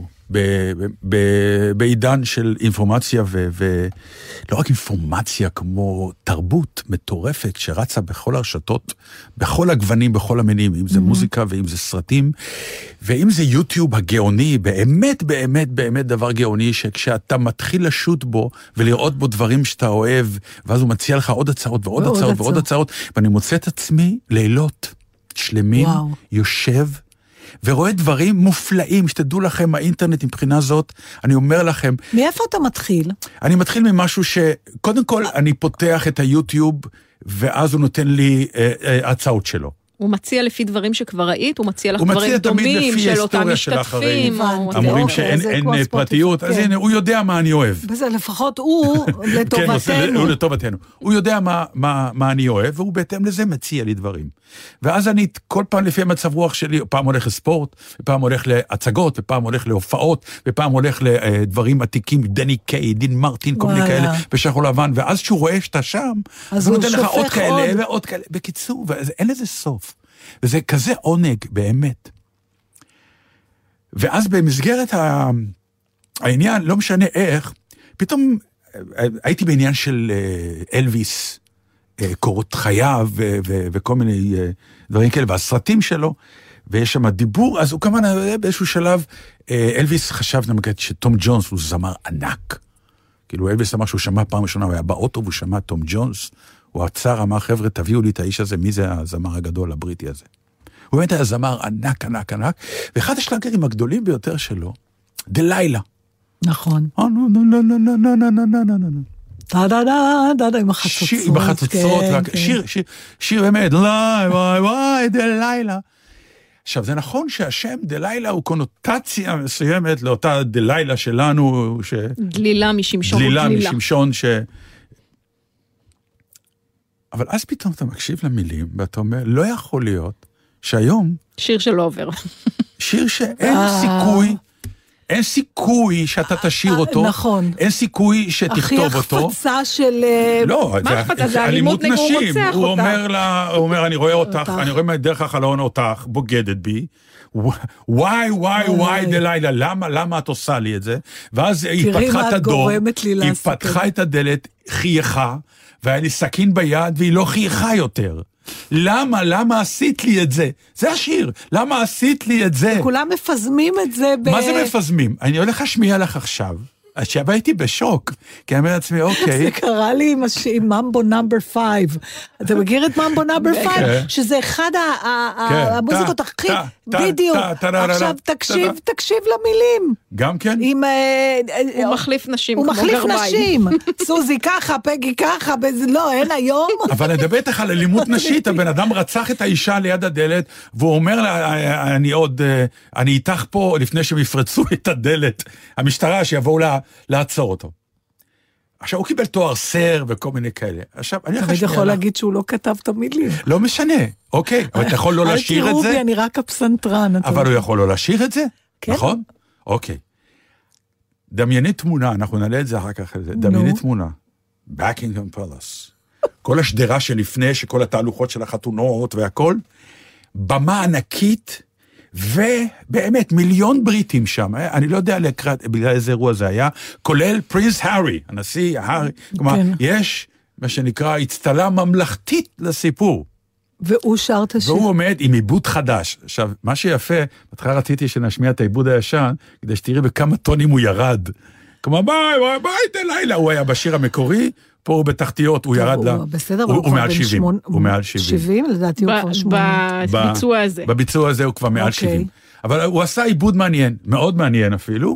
Speaker 4: בעידן של אינפורמציה, ולא רק אינפורמציה, כמו תרבות מטורפת שרצה בכל הרשתות, בכל הגוונים, בכל המינים, אם זה מוזיקה ואם זה סרטים, ואם זה יוטיוב הגאוני, באמת, באמת, באמת דבר גאוני, שכשאתה מתחיל לשוט בו, ולראות בו דברים שאתה אוהב, ואז הוא מציע לך עוד הצעות ועוד הצעות ועוד הצעות, ואני מוצא את עצמי לילות שלמים, יושב, ורואה דברים מופלאים, שתדעו לכם, האינטרנט מבחינה זאת, אני אומר לכם...
Speaker 3: מאיפה אתה מתחיל?
Speaker 4: אני מתחיל ממשהו שקודם כל אני פותח את היוטיוב, ואז הוא נותן לי אה, אה, הצעות שלו.
Speaker 5: הוא מציע לפי דברים שכבר ראית, הוא מציע לך דברים דומים של אותם משתתפים.
Speaker 4: אמורים שאין פרטיות, אז הנה, הוא יודע מה אני אוהב.
Speaker 3: וזה לפחות הוא לטובתנו.
Speaker 4: הוא לטובתנו. הוא יודע מה אני אוהב, והוא בהתאם לזה מציע לי דברים. ואז אני כל פעם לפי המצב רוח שלי, פעם הולך לספורט, ופעם הולך להצגות, ופעם הולך להופעות, ופעם הולך לדברים עתיקים, דני קיי, דין מרטין, כל מיני כאלה, בשחור לבן, ואז שהוא רואה שאתה שם, אז הוא נותן לך עוד כאלה ועוד כאלה. בקיצור, אין לזה סוף. וזה כזה עונג, באמת. ואז במסגרת העניין, לא משנה איך, פתאום הייתי בעניין של אלוויס, קורות חייו וכל מיני דברים כאלה, והסרטים שלו, ויש שם דיבור, אז הוא כמובן באיזשהו שלב, אלוויס חשב שתום ג'ונס הוא זמר ענק. כאילו אלוויס אמר שהוא שמע פעם ראשונה, הוא היה באוטו והוא שמע תום ג'ונס, הוא עצר, אמר, חבר'ה, תביאו לי את האיש הזה, מי זה הזמר הגדול הבריטי הזה? הוא באמת היה זמר ענק, ענק, ענק, ואחד השלגרים הגדולים ביותר שלו, דלילה.
Speaker 3: נכון.
Speaker 4: נו, נו, נו, נו, נו, נו, נו, נו, נו, נו.
Speaker 3: דה דה דה דה דה עם החצוצרות.
Speaker 4: עם החצוצרות, שיר, שיר, שיר באמת, וואי, וואי, וואי, דלילה. עכשיו, זה נכון שהשם דלילה הוא קונוטציה מסוימת לאותה דלילה שלנו, ש...
Speaker 5: דלילה משמשון.
Speaker 4: דלילה משמשון, ש... אבל אז פתאום אתה מקשיב למילים, ואתה אומר, לא יכול להיות שהיום...
Speaker 5: שיר שלא עובר.
Speaker 4: שיר שאין סיכוי, אין סיכוי שאתה תשאיר אותו.
Speaker 3: נכון.
Speaker 4: אין סיכוי שתכתוב אותו.
Speaker 3: הכי החפצה של...
Speaker 4: לא,
Speaker 5: זה אלימות נגד, הוא רוצח אותה.
Speaker 4: הוא אומר לה, הוא אומר, אני רואה אותך, אני רואה דרך החלון אותך, בוגדת בי. וואי, וואי, וואי, דלילה, למה, למה את עושה לי את זה? ואז היא פתחה את הדור, היא פתחה את הדלת, חייכה, והיה לי סכין ביד, והיא לא חייכה יותר. למה, למה עשית לי את זה? זה השיר, למה עשית לי את זה?
Speaker 3: וכולם מפזמים את זה ב...
Speaker 4: מה זה מפזמים? אני הולך להשמיע לך עכשיו. עכשיו הייתי בשוק, כי אני אומר לעצמי, אוקיי.
Speaker 3: זה קרה לי עם ממבו נאמבר פייב. אתה מכיר את ממבו נאמבר פייב? שזה אחד המוזיקות הכי... בדיוק. עכשיו תקשיב, תקשיב למילים.
Speaker 4: גם כן?
Speaker 5: הוא מחליף נשים
Speaker 3: כמו
Speaker 5: גרביים.
Speaker 3: הוא מחליף נשים. סוזי ככה, פגי ככה, לא, אין היום.
Speaker 4: אבל אני מדבר איתך על אלימות נשית, הבן אדם רצח את האישה ליד הדלת, והוא אומר לה, אני עוד, אני איתך פה לפני שהם יפרצו את הדלת. המשטרה שיבואו לה, לעצור אותו. עכשיו, הוא קיבל תואר סר וכל מיני כאלה. עכשיו, אני
Speaker 3: אבל יכול להגיד שהוא לא כתב את המילים.
Speaker 4: לא משנה, אוקיי. אבל אתה יכול לא לשיר את זה?
Speaker 3: אל תראו בי, אני רק הפסנתרן.
Speaker 4: אבל הוא יכול לא לשיר את זה? נכון? אוקיי. דמייני תמונה, אנחנו נעלה את זה אחר כך. דמייני תמונה. Buckingham Palace. כל השדרה שלפני, שכל התהלוכות של החתונות והכל, במה ענקית, ובאמת מיליון בריטים שם, אני לא יודע בגלל איזה אירוע זה היה, כולל פרינס הארי, הנשיא הארי, כלומר, יש מה שנקרא הצטלה ממלכתית לסיפור.
Speaker 3: והוא שר את השיר.
Speaker 4: והוא עומד עם עיבוד חדש. עכשיו, מה שיפה, בתחילה רציתי שנשמיע את העיבוד הישן, כדי שתראי בכמה טונים הוא ירד. כלומר, ביי, ביי, ביי, די לילה. הוא היה בשיר המקורי, פה הוא בתחתיות, הוא ירד לה.
Speaker 3: בסדר,
Speaker 4: הוא מעל שבעים. הוא מעל שבעים.
Speaker 3: שבעים, לדעתי הוא כבר שמונים.
Speaker 5: בביצוע הזה.
Speaker 4: בביצוע הזה הוא כבר מעל שבעים. אבל הוא עשה עיבוד מעניין, מאוד מעניין אפילו.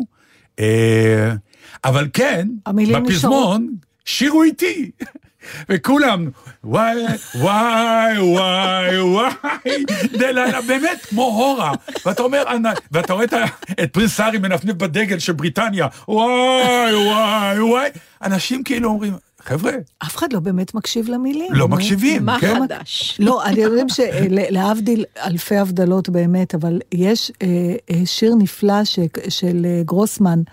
Speaker 4: אבל כן, בפזמון, שירו איתי. וכולם, וואי, וואי, וואי, וואי, די לילה, באמת, כמו הורה. ואתה אומר, ואתה רואה את פרינס הארי מנפנף בדגל של בריטניה, וואי, וואי, וואי. אנשים כאילו אומרים, חבר'ה.
Speaker 3: אף אחד לא באמת מקשיב למילים.
Speaker 4: לא מקשיבים,
Speaker 5: מה
Speaker 4: כן?
Speaker 5: חדש?
Speaker 3: לא, אני יודעים שלהבדיל אלפי הבדלות באמת, אבל יש שיר נפלא של גרוסמן,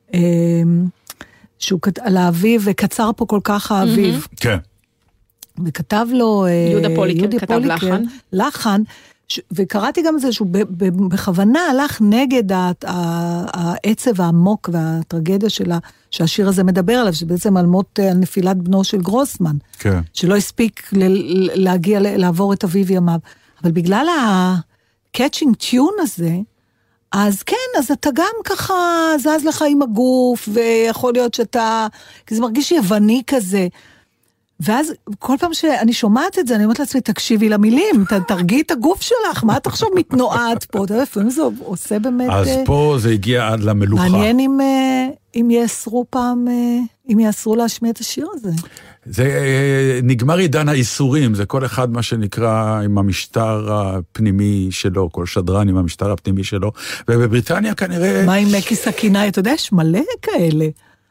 Speaker 3: שהוא על האביב, וקצר פה כל כך האביב.
Speaker 4: כן.
Speaker 3: וכתב לו
Speaker 5: יהודה פוליקר, כתב לחן.
Speaker 3: לחן, וקראתי גם זה שהוא בכוונה הלך נגד העצב העמוק והטרגדיה שלה, שהשיר הזה מדבר עליו, שבעצם על מות נפילת בנו של גרוסמן.
Speaker 4: כן. שלא
Speaker 3: הספיק להגיע, לעבור את אביב ימיו. אבל בגלל ה-catching tune הזה, אז כן, אז אתה גם ככה זז לך עם הגוף, ויכול להיות שאתה, כי זה מרגיש יווני כזה. ואז כל פעם שאני שומעת את זה, אני אומרת לעצמי, תקשיבי למילים, תרגיעי את הגוף שלך, מה אתה עכשיו מתנועת פה? אתה יודע, לפעמים זה עושה באמת...
Speaker 4: אז פה זה הגיע עד למלוכה.
Speaker 3: מעניין אם, אם יאסרו פעם, אם יאסרו להשמיע את השיר הזה.
Speaker 4: זה נגמר עידן האיסורים, זה כל אחד מה שנקרא עם המשטר הפנימי שלו, כל שדרן עם המשטר הפנימי שלו, ובבריטניה כנראה...
Speaker 3: מה עם מקי סכינאי? אתה יודע, יש מלא כאלה.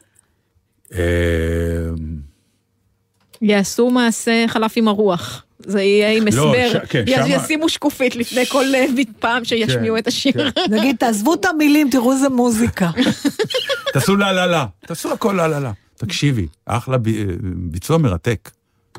Speaker 5: יעשו מעשה חלף עם הרוח. זה יהיה עם הסבר. ישימו שקופית לפני כל פעם שישמיעו את השיר.
Speaker 3: נגיד, תעזבו את המילים, תראו איזה מוזיקה.
Speaker 4: תעשו לה לה לה, תעשו הכל לה לה לה. תקשיבי, אחלה ביצוע מרתק.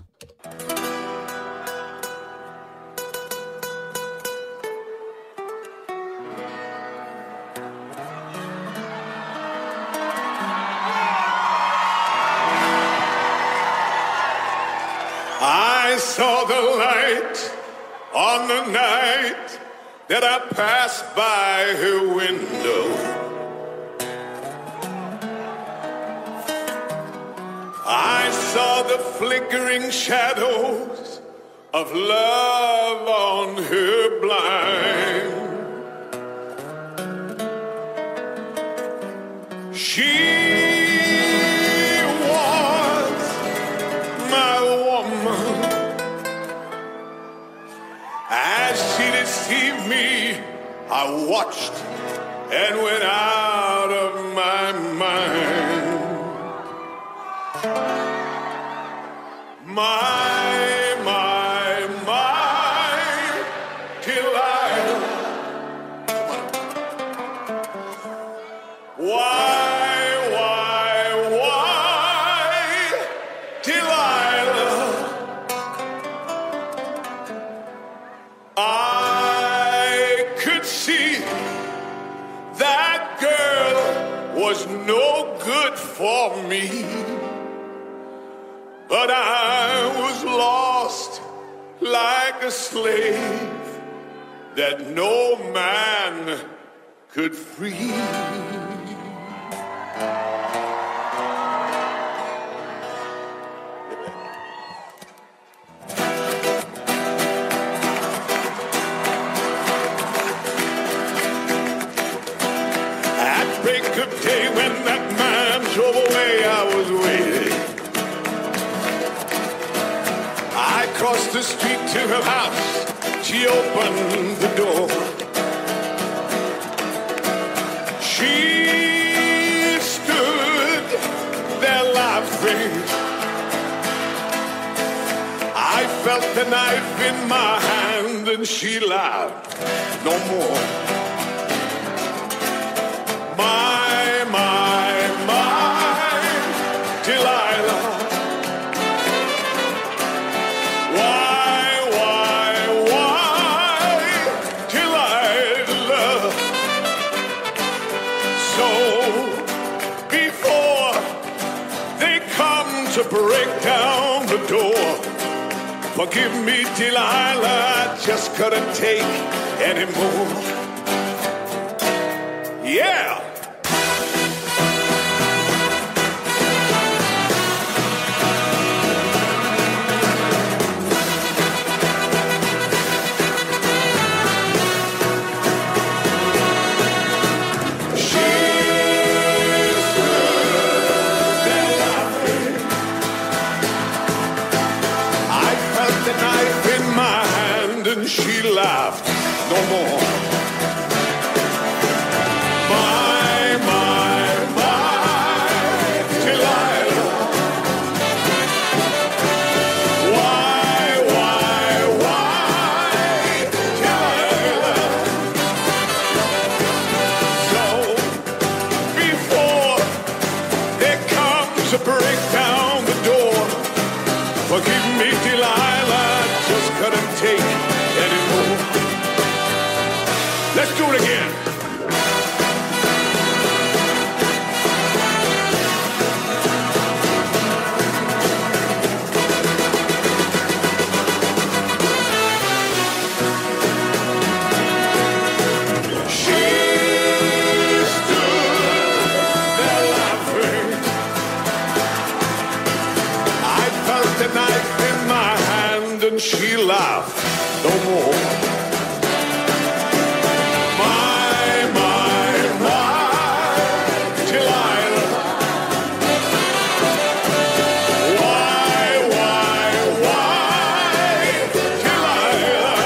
Speaker 6: I saw the light on the night that I passed by her window. I saw the flickering shadows of love on her blind. She was my woman. As she deceived me, I watched and went out of my mind. My, my, my, Delilah. Why, why, why, Delilah? I could see that girl was no good for me. But I was lost like a slave that no man could free. At break of day when that man drove away, I was waiting. I crossed the street to her house. She opened the door. She stood there laughing. I felt the knife in my hand and she laughed no more. My, my, my, Delilah. Why, why, why, Delilah? break down the door. Forgive me, Delilah, I just couldn't take anymore. Yeah! She laughed no more. My, my, my, Delilah. Why, why, why, Delilah? So, before there comes a break down the door, forgive me, Delilah, just couldn't take anymore. Let's do it again. She stood there laughing. I felt the knife in my hand and she laughed no more. My, my, my, Delilah. Why, why, why, Delilah?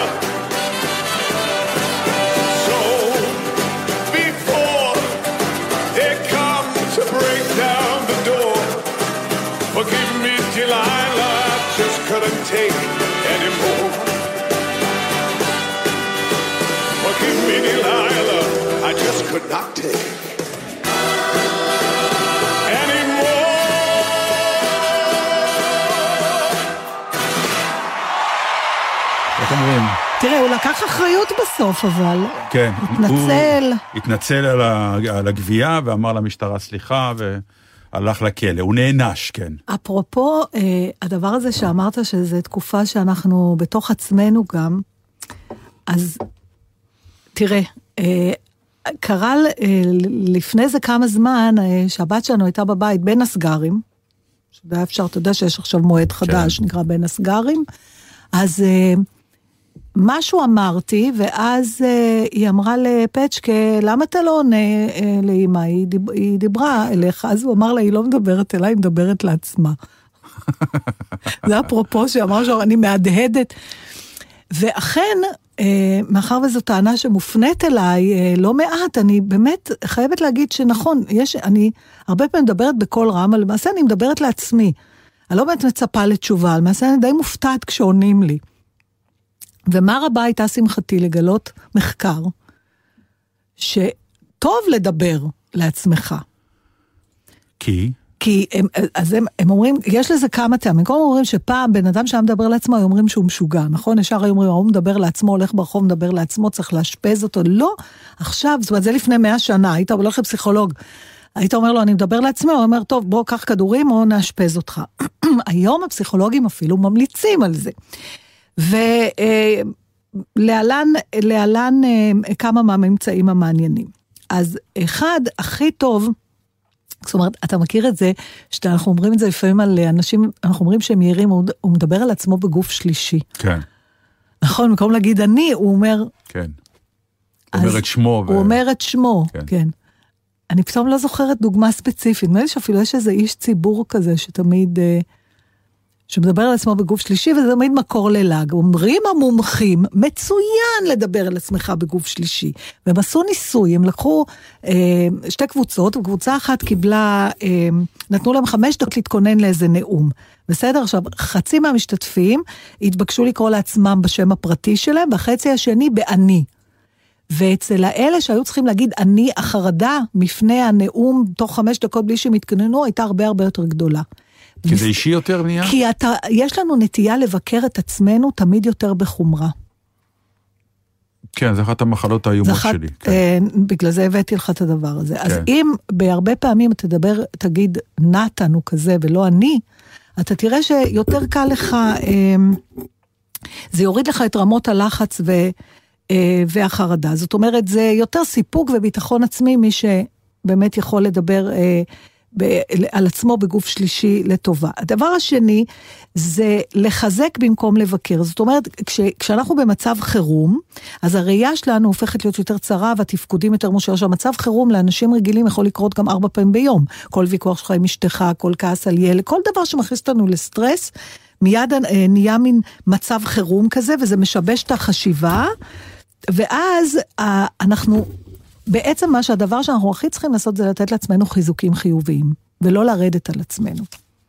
Speaker 6: So, before there comes a break down the door, forgive me, Delilah, just couldn't take anymore. Forgive me, Delilah, I just could not take anymore.
Speaker 4: איך אומרים?
Speaker 3: תראה, הוא לקח אחריות בסוף, אבל...
Speaker 4: כן.
Speaker 3: התנצל.
Speaker 4: הוא התנצל על ה- על הגבייה ואמר למשטרה סליחה והלך לכלא. הוא נענש, כן.
Speaker 3: אפרופו, אה, הדבר הזה שאמרת שזו תקופה שאנחנו בתוך עצמנו גם, אז תראה, אה, קרה אה, לפני זה כמה זמן אה, שהבת שלנו הייתה בבית בין הסגרים, שזה היה אפשר, אתה יודע שיש עכשיו מועד חדש,
Speaker 4: כן.
Speaker 3: נקרא בין הסגרים, אז אה, משהו אמרתי, ואז אה, היא אמרה לפצ'קה, למה אתה לא עונה אה, לאמא? היא, דיב, היא דיברה אליך, אז הוא אמר לה, היא לא מדברת אליי, היא מדברת לעצמה. זה אפרופו שאמר שאני מהדהדת. ואכן, אה, מאחר וזו טענה שמופנית אליי, אה, לא מעט, אני באמת חייבת להגיד שנכון, יש, אני הרבה פעמים מדברת בכל רם, אבל למעשה אני מדברת לעצמי. אני לא באמת מצפה לתשובה, למעשה אני די מופתעת כשעונים לי. ומה רבה הייתה שמחתי לגלות מחקר, שטוב לדבר לעצמך.
Speaker 4: כי?
Speaker 3: כי הם, אז הם, הם אומרים, יש לזה כמה טעמים, כל אומרים שפעם בן אדם שהיה מדבר לעצמו, הם אומרים שהוא משוגע, נכון? ישר היו אומרים, הוא מדבר לעצמו, הולך ברחוב, מדבר לעצמו, צריך להשפז אותו, לא, עכשיו, זאת אומרת, זה לפני מאה שנה, היית הולך לפסיכולוג, היית אומר לו, אני מדבר לעצמי, הוא אומר, טוב, בוא, קח כדורים, או נאשפז אותך. היום הפסיכולוגים אפילו ממליצים על זה. ולהלן, להלן כמה מהממצאים המעניינים. אז אחד, הכי טוב, זאת אומרת, אתה מכיר את זה, שאנחנו אומרים את זה לפעמים על אנשים, אנחנו אומרים שהם מהירים, הוא, הוא מדבר על עצמו בגוף שלישי.
Speaker 4: כן.
Speaker 3: נכון, במקום להגיד אני, הוא אומר...
Speaker 4: כן. הוא אומר את שמו.
Speaker 3: הוא אומר את שמו, כן. כן. אני פתאום לא זוכרת דוגמה ספציפית, נראה לי שאפילו יש איזה איש ציבור כזה, שתמיד... שמדבר על עצמו בגוף שלישי, וזה תמיד מקור ללעג. אומרים המומחים, מצוין לדבר על עצמך בגוף שלישי. והם עשו ניסוי, הם לקחו אה, שתי קבוצות, וקבוצה אחת קיבלה, אה, נתנו להם חמש דקות להתכונן לאיזה נאום. בסדר? עכשיו, חצי מהמשתתפים התבקשו לקרוא לעצמם בשם הפרטי שלהם, והחצי השני באני. ואצל האלה שהיו צריכים להגיד אני, החרדה מפני הנאום תוך חמש דקות בלי שהם התכוננו, הייתה הרבה הרבה יותר גדולה.
Speaker 4: כי זה אישי יותר נהיה?
Speaker 3: כי אתה, יש לנו נטייה לבקר את עצמנו תמיד יותר בחומרה.
Speaker 4: כן, זה אחת המחלות האיומות
Speaker 3: אחת,
Speaker 4: שלי. כן.
Speaker 3: אה, בגלל זה הבאתי לך את הדבר הזה. כן. אז אם בהרבה פעמים תדבר, תגיד נתן הוא כזה ולא אני, אתה תראה שיותר קל לך, זה יוריד לך את רמות הלחץ ו, והחרדה. זאת אומרת, זה יותר סיפוק וביטחון עצמי, מי שבאמת יכול לדבר על עצמו בגוף שלישי לטובה. הדבר השני, זה לחזק במקום לבקר. זאת אומרת, כש, כשאנחנו במצב חירום, אז הראייה שלנו הופכת להיות יותר צרה, והתפקודים יותר מושר. שהמצב חירום לאנשים רגילים יכול לקרות גם ארבע פעמים ביום. כל ויכוח שלך עם אשתך, כל כעס על ילד, כל דבר שמכניס אותנו לסטרס, מיד נהיה מין מצב חירום כזה, וזה משבש את החשיבה, ואז אנחנו, בעצם מה שהדבר שאנחנו הכי צריכים לעשות, זה לתת לעצמנו חיזוקים חיוביים, ולא לרדת על עצמנו.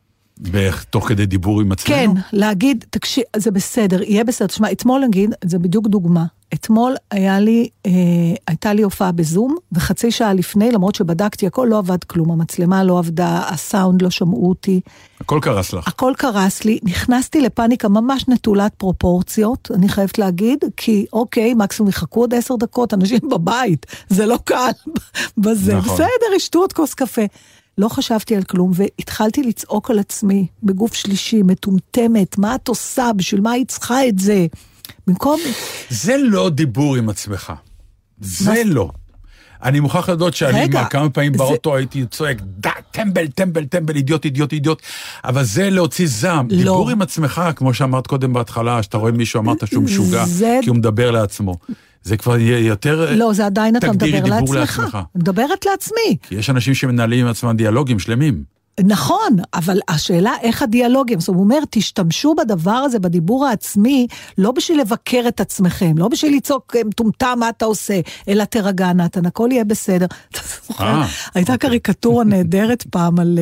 Speaker 4: תוך כדי דיבור עם עצמנו?
Speaker 3: כן, להגיד, תקשיב, זה בסדר, יהיה בסדר. תשמע, אתמול נגיד, זה בדיוק דוגמה, אתמול היה לי, אה, הייתה לי הופעה בזום, וחצי שעה לפני, למרות שבדקתי, הכל לא עבד כלום, המצלמה לא עבדה, הסאונד לא שמעו אותי.
Speaker 4: הכל קרס לך.
Speaker 3: הכל קרס לי, נכנסתי לפאניקה ממש נטולת פרופורציות, אני חייבת להגיד, כי אוקיי, מקסימום יחכו עוד עשר דקות, אנשים בבית, זה לא קל בזה, נכון. בסדר, ישתו עוד כוס קפה. לא חשבתי על כלום, והתחלתי לצעוק על עצמי, בגוף שלישי, מטומטמת, מה את עושה, בשביל מה היא צריכה את זה? במקום...
Speaker 4: זה לא דיבור עם עצמך. זה לא. אני מוכרח לדעות שאני כמה פעמים באוטו הייתי צועק, דה, טמבל, טמבל, טמבל, אידיוט, אידיוט, אידיוט, אבל זה להוציא זעם. דיבור עם עצמך, כמו שאמרת קודם בהתחלה, שאתה רואה מישהו אמרת שהוא משוגע, כי הוא מדבר לעצמו. זה כבר יותר...
Speaker 3: לא, זה עדיין אתה מדבר לעצמך. מדברת לעצמי.
Speaker 4: כי יש אנשים שמנהלים עם עצמם דיאלוגים שלמים.
Speaker 3: נכון, אבל השאלה איך הדיאלוגים, זאת אומרת, תשתמשו בדבר הזה, בדיבור העצמי, לא בשביל לבקר את עצמכם, לא בשביל לצעוק מטומטם מה אתה עושה, אלא תרגע נתן, הכל יהיה בסדר. הייתה קריקטורה נהדרת פעם על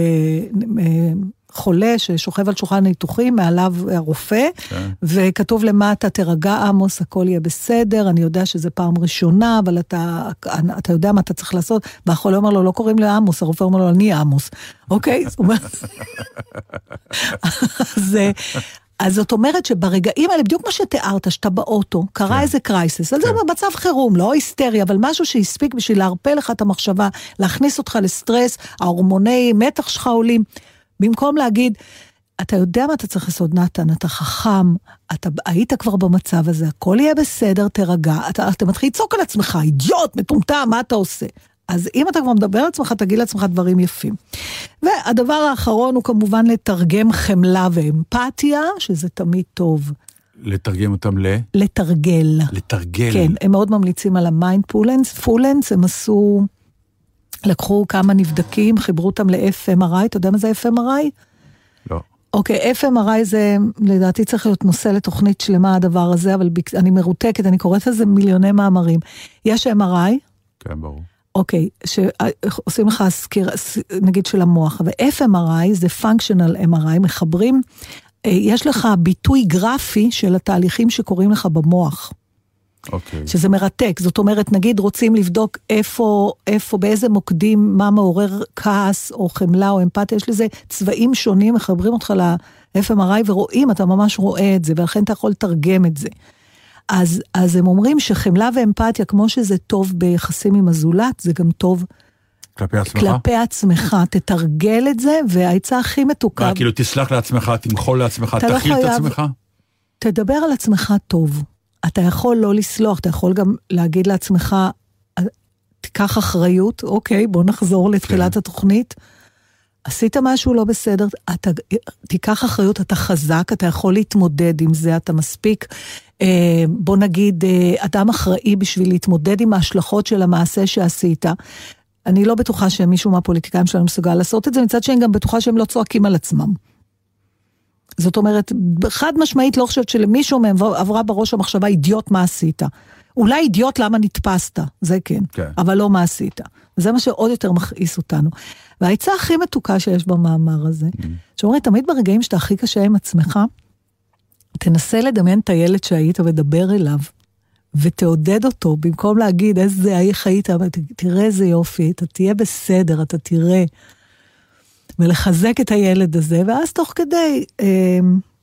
Speaker 3: חולה ששוכב על שולחן ניתוחים, מעליו הרופא, וכתוב למטה, תרגע עמוס, הכל יהיה בסדר, אני יודע שזה פעם ראשונה, אבל אתה, אתה יודע מה אתה צריך לעשות, והחולה אומר לו, לא קוראים לעמוס, הרופא אומר לו, אני עמוס. אוקיי? זאת אומרת, זה... אז זאת אומרת שברגעים האלה, בדיוק מה שתיארת, שאתה באוטו, קרה איזה קרייסס, אז זה במצב חירום, לא היסטריה, אבל משהו שהספיק בשביל להרפא לך את המחשבה, להכניס אותך לסטרס, ההורמוני מתח שלך עולים, במקום להגיד, אתה יודע מה אתה צריך לעשות, נתן, אתה חכם, אתה היית כבר במצב הזה, הכל יהיה בסדר, תרגע, אתה, אתה מתחיל לצעוק על עצמך, אידיוט, מטומטם, מה אתה עושה? אז אם אתה כבר מדבר על עצמך, תגיד לעצמך דברים יפים. והדבר האחרון הוא כמובן לתרגם חמלה ואמפתיה, שזה תמיד טוב.
Speaker 4: לתרגם אותם ל?
Speaker 3: לתרגל.
Speaker 4: לתרגל.
Speaker 3: כן, הם מאוד ממליצים על המיינד פולנס, פולנס, הם עשו, לקחו כמה נבדקים, חיברו אותם ל-אף אם אר איי, אתה יודע מה זה אף אם אר איי?
Speaker 4: לא.
Speaker 3: אוקיי, אף אם אר איי זה, לדעתי צריך להיות נושא לתוכנית שלמה הדבר הזה, אבל אני מרותקת, אני קוראת לזה מיליוני מאמרים. יש אם אר איי?
Speaker 4: כן, ברור.
Speaker 3: אוקיי, שעושים לך סקיר, נגיד של המוח, ו-אף אם אר איי זה functional אם אר איי, מחברים, יש לך ביטוי גרפי של התהליכים שקורים לך במוח.
Speaker 4: אוקיי.
Speaker 3: שזה מרתק, זאת אומרת, נגיד רוצים לבדוק איפה, איפה, באיזה מוקדים, מה מעורר כעס או חמלה או אמפתיה, יש לזה צבעים שונים, מחברים אותך ל-אף אם אר איי ורואים, אתה ממש רואה את זה, ולכן אתה יכול לתרגם את זה. אז, אז הם אומרים שחמלה ואמפתיה, כמו שזה טוב ביחסים עם הזולת, זה גם טוב
Speaker 4: כלפי עצמך.
Speaker 3: כלפי עצמך, תתרגל את זה, והעצה הכי מתוקה.
Speaker 4: מה, כאילו תסלח לעצמך, תמחול לעצמך, תכיל את עצמך?
Speaker 3: תדבר על עצמך טוב. אתה יכול לא לסלוח, אתה יכול גם להגיד לעצמך, תיקח אחריות, אוקיי, בוא נחזור לתחילת כן. התוכנית. עשית משהו לא בסדר, אתה תיקח אחריות, אתה חזק, אתה יכול להתמודד עם זה, אתה מספיק, בוא נגיד, אדם אחראי בשביל להתמודד עם ההשלכות של המעשה שעשית. אני לא בטוחה שמישהו מהפוליטיקאים שלנו מסוגל לעשות את זה, מצד שאני גם בטוחה שהם לא צועקים על עצמם. זאת אומרת, חד משמעית לא חושבת שלמישהו מהם עברה בראש המחשבה, אידיוט מה עשית. אולי אידיוט למה נתפסת, זה כן, כן. אבל לא מה עשית. זה מה שעוד יותר מכעיס אותנו. והעצה הכי מתוקה שיש במאמר הזה, mm. שאומרת, תמיד ברגעים שאתה הכי קשה עם עצמך, תנסה לדמיין את הילד שהיית ודבר אליו, ותעודד אותו, במקום להגיד איזה איך היית, תראה איזה יופי, אתה תהיה בסדר, אתה תראה, ולחזק את הילד הזה, ואז תוך כדי, אה,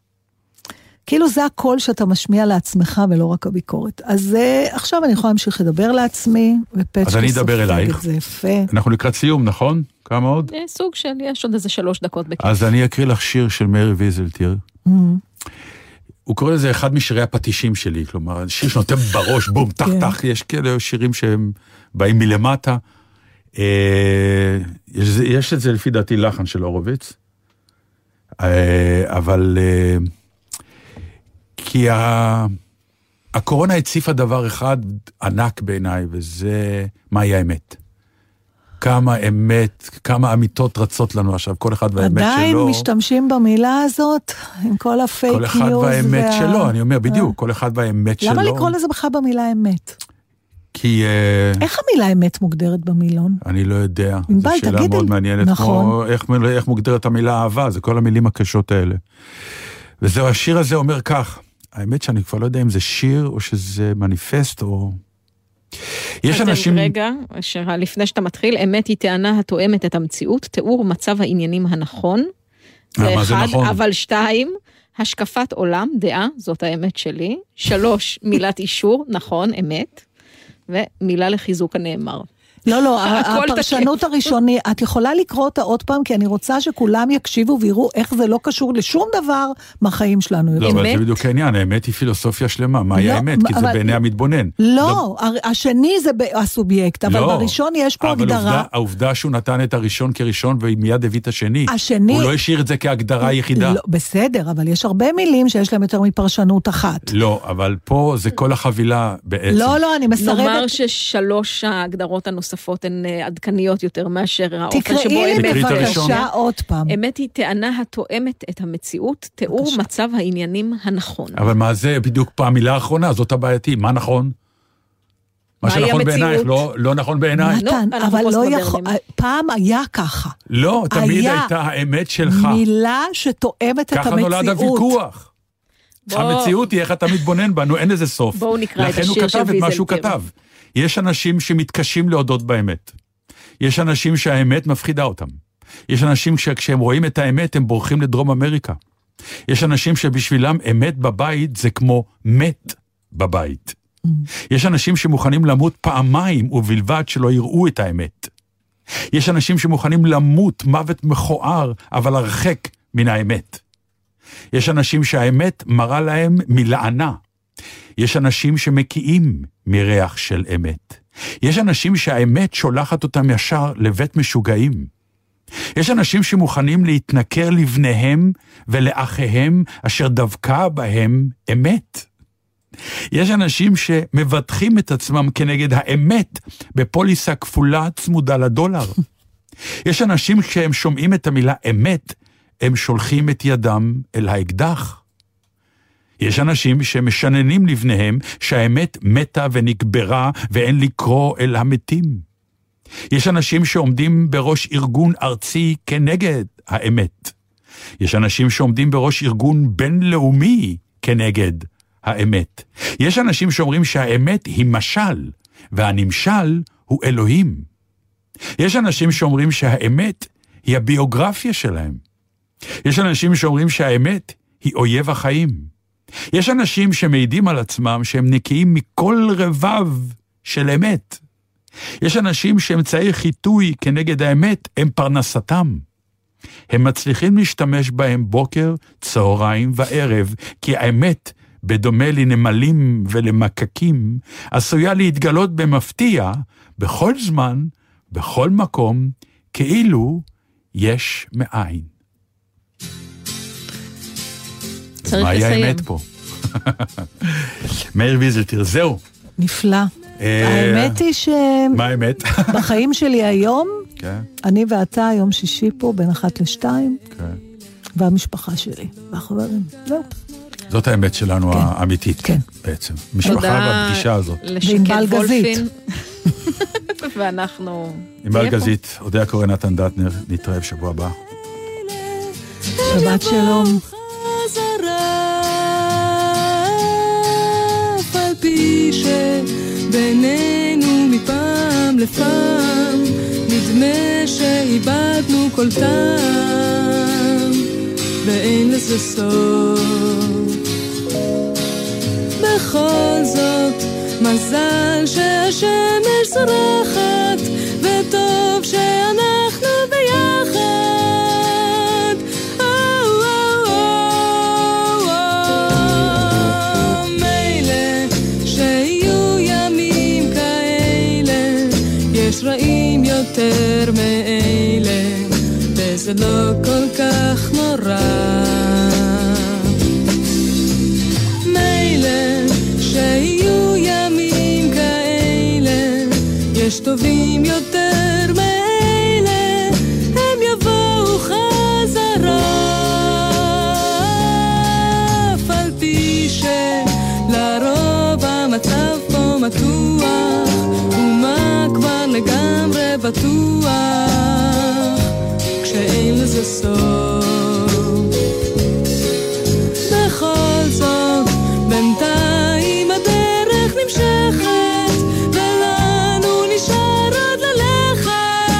Speaker 3: כאילו זה הכל שאתה משמיע לעצמך, ולא רק הביקורת. אז אה, עכשיו אני יכולה להמשיך לדבר לעצמי, ופצ'קי
Speaker 4: אז אני אדבר אלייך.
Speaker 3: זה יפה.
Speaker 4: אנחנו לקראת סיום, נכון? כמה עוד?
Speaker 5: סוג של, יש עוד איזה שלוש דקות בכיף.
Speaker 4: אז אני אקריא לך שיר של מאיר ויזלטיר. הוא קורא לזה אחד משירי הפטישים שלי, כלומר, שיר שנותן בראש, בום, תח, תח, יש כאלה שירים שהם באים מלמטה. יש את זה לפי דעתי לחן של הורוביץ, אבל כי הקורונה הציפה דבר אחד ענק בעיניי, וזה מהי האמת. כמה אמת, כמה אמיתות רצות לנו עכשיו, כל אחד והאמת שלו.
Speaker 3: עדיין משתמשים במילה הזאת, עם כל הפייק ניוז.
Speaker 4: כל אחד והאמת שלו, אני אומר בדיוק, כל אחד והאמת שלו.
Speaker 3: למה לקרוא לזה בכלל במילה אמת?
Speaker 4: כי...
Speaker 3: איך המילה אמת מוגדרת במילון?
Speaker 4: אני לא יודע. זו שאלה מאוד מעניינת. נכון. איך מוגדרת המילה אהבה, זה כל המילים הקשות האלה. וזהו, השיר הזה אומר כך, האמת שאני כבר לא יודע אם זה שיר, או שזה מניפסט, או... יש אנשים...
Speaker 5: רגע, לפני שאתה מתחיל, אמת היא טענה התואמת את המציאות, תיאור מצב העניינים הנכון. זה אחד, אבל שתיים, השקפת עולם, דעה, זאת האמת שלי. שלוש, מילת אישור, נכון, אמת. ומילה לחיזוק הנאמר.
Speaker 3: לא, לא, הפרשנות הראשוני, את יכולה לקרוא אותה עוד פעם, כי אני רוצה שכולם יקשיבו ויראו איך זה לא קשור לשום דבר מהחיים שלנו.
Speaker 4: לא, אבל זה בדיוק העניין, האמת היא פילוסופיה שלמה, מהי האמת? כי זה בעיני המתבונן.
Speaker 3: לא, השני זה הסובייקט, אבל בראשון יש פה הגדרה.
Speaker 4: אבל העובדה שהוא נתן את הראשון כראשון, ומיד הביא את השני, הוא לא השאיר את זה כהגדרה יחידה.
Speaker 3: בסדר, אבל יש הרבה מילים שיש להם יותר מפרשנות אחת.
Speaker 4: לא, אבל פה זה כל החבילה בעצם.
Speaker 3: לא, לא, אני מסרבת.
Speaker 5: נאמר ששלוש ההגדרות הנוספות הן עדכניות יותר מאשר האופן שבו אמת.
Speaker 3: תקראי לי בבקשה עוד פעם.
Speaker 5: אמת היא טענה התואמת את המציאות, תיאור מצב העניינים הנכון.
Speaker 4: אבל מה זה בדיוק פעם המילה האחרונה, זאת הבעייתי, מה נכון? מה שנכון בעינייך, לא נכון בעינייך.
Speaker 3: נתן, אבל לא יכול, פעם היה ככה.
Speaker 4: לא, תמיד הייתה האמת שלך.
Speaker 3: מילה שתואמת את המציאות.
Speaker 4: ככה נולד הוויכוח. המציאות היא איך אתה מתבונן בנו, אין איזה סוף.
Speaker 5: בואו נקרא את השיר של
Speaker 4: לכן הוא כתב את מה שהוא כתב. יש אנשים שמתקשים להודות באמת. יש אנשים שהאמת מפחידה אותם. יש אנשים שכשהם רואים את האמת הם בורחים לדרום אמריקה. יש אנשים שבשבילם אמת בבית זה כמו מת בבית. יש אנשים שמוכנים למות פעמיים ובלבד שלא יראו את האמת. יש אנשים שמוכנים למות מוות מכוער אבל הרחק מן האמת. יש אנשים שהאמת מראה להם מלענה. יש אנשים שמקיאים מריח של אמת. יש אנשים שהאמת שולחת אותם ישר לבית משוגעים. יש אנשים שמוכנים להתנכר לבניהם ולאחיהם אשר דווקא בהם אמת. יש אנשים שמבטחים את עצמם כנגד האמת בפוליסה כפולה צמודה לדולר. יש אנשים שהם שומעים את המילה אמת, הם שולחים את ידם אל האקדח. יש אנשים שמשננים לבניהם שהאמת מתה ונקברה ואין לקרוא אל המתים. יש אנשים שעומדים בראש ארגון ארצי כנגד האמת. יש אנשים שעומדים בראש ארגון בינלאומי כנגד האמת. יש אנשים שאומרים שהאמת היא משל, והנמשל הוא אלוהים. יש אנשים שאומרים שהאמת היא הביוגרפיה שלהם. יש אנשים שאומרים שהאמת היא אויב החיים. יש אנשים שמעידים על עצמם שהם נקיים מכל רבב של אמת. יש אנשים שאמצעי חיתוי כנגד האמת הם פרנסתם. הם מצליחים להשתמש בהם בוקר, צהריים וערב, כי האמת, בדומה לנמלים ולמקקים, עשויה להתגלות במפתיע, בכל זמן, בכל מקום, כאילו יש מאין.
Speaker 5: צריך
Speaker 4: מה
Speaker 5: לסיים.
Speaker 4: היה האמת פה? מאיר ויזלטיר, זהו.
Speaker 3: נפלא. האמת היא ש...
Speaker 4: מה האמת?
Speaker 3: בחיים שלי היום, אני ואתה יום שישי פה, בין אחת לשתיים, והמשפחה שלי, והחברים, זהו.
Speaker 4: זאת האמת שלנו האמיתית, בעצם. משפחה בפגישה הזאת.
Speaker 3: וענבל גזית.
Speaker 5: ואנחנו...
Speaker 4: ענבל גזית, אודיה קורן, נתן דטנר, נתראה בשבוע הבא.
Speaker 3: שבת שלום.
Speaker 9: בינינו מפעם לפעם נדמה שאיבדנו כל טעם ואין לזה סוף. בכל זאת מזל שהשמש זורחת וטוב שאנחנו ביחד יותר מאלה, וזה לא כל כך נורא. מילא שיהיו ימים כאלה, יש טובים יותר מאלה, הם יבואו חזרה. אף על פי שלרוב המצב פה מתוח, ומה כבר לגמרי בטוח, כשאין לזה סוף. בכל זאת בינתיים הדרך נמשכת, ולנו נשאר עוד ללכת.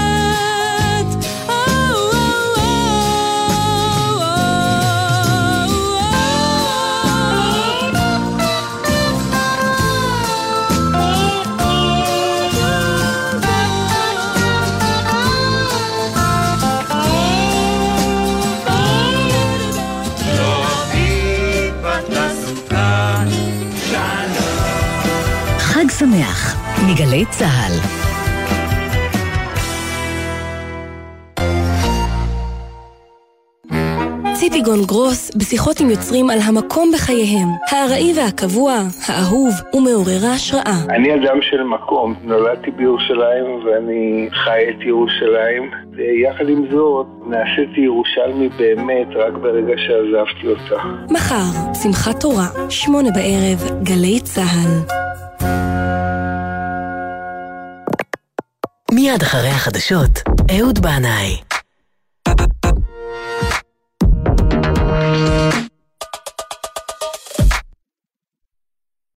Speaker 1: חג שמח מגלי צהל.
Speaker 10: ציפי גון גרוס בשיחות עם יוצרים על המקום בחייהם, הארעי והקבוע, האהוב ומעורר ההשראה.
Speaker 11: אני אדם של מקום, נולדתי בירושלים ואני חי את ירושלים, ויחד עם זאת נעשיתי ירושלמי באמת רק ברגע שעזבתי אותה.
Speaker 10: מחר, שמחת תורה, שמונה בערב, גלי צהל.
Speaker 1: מיד אחרי החדשות, אהוד בנאי.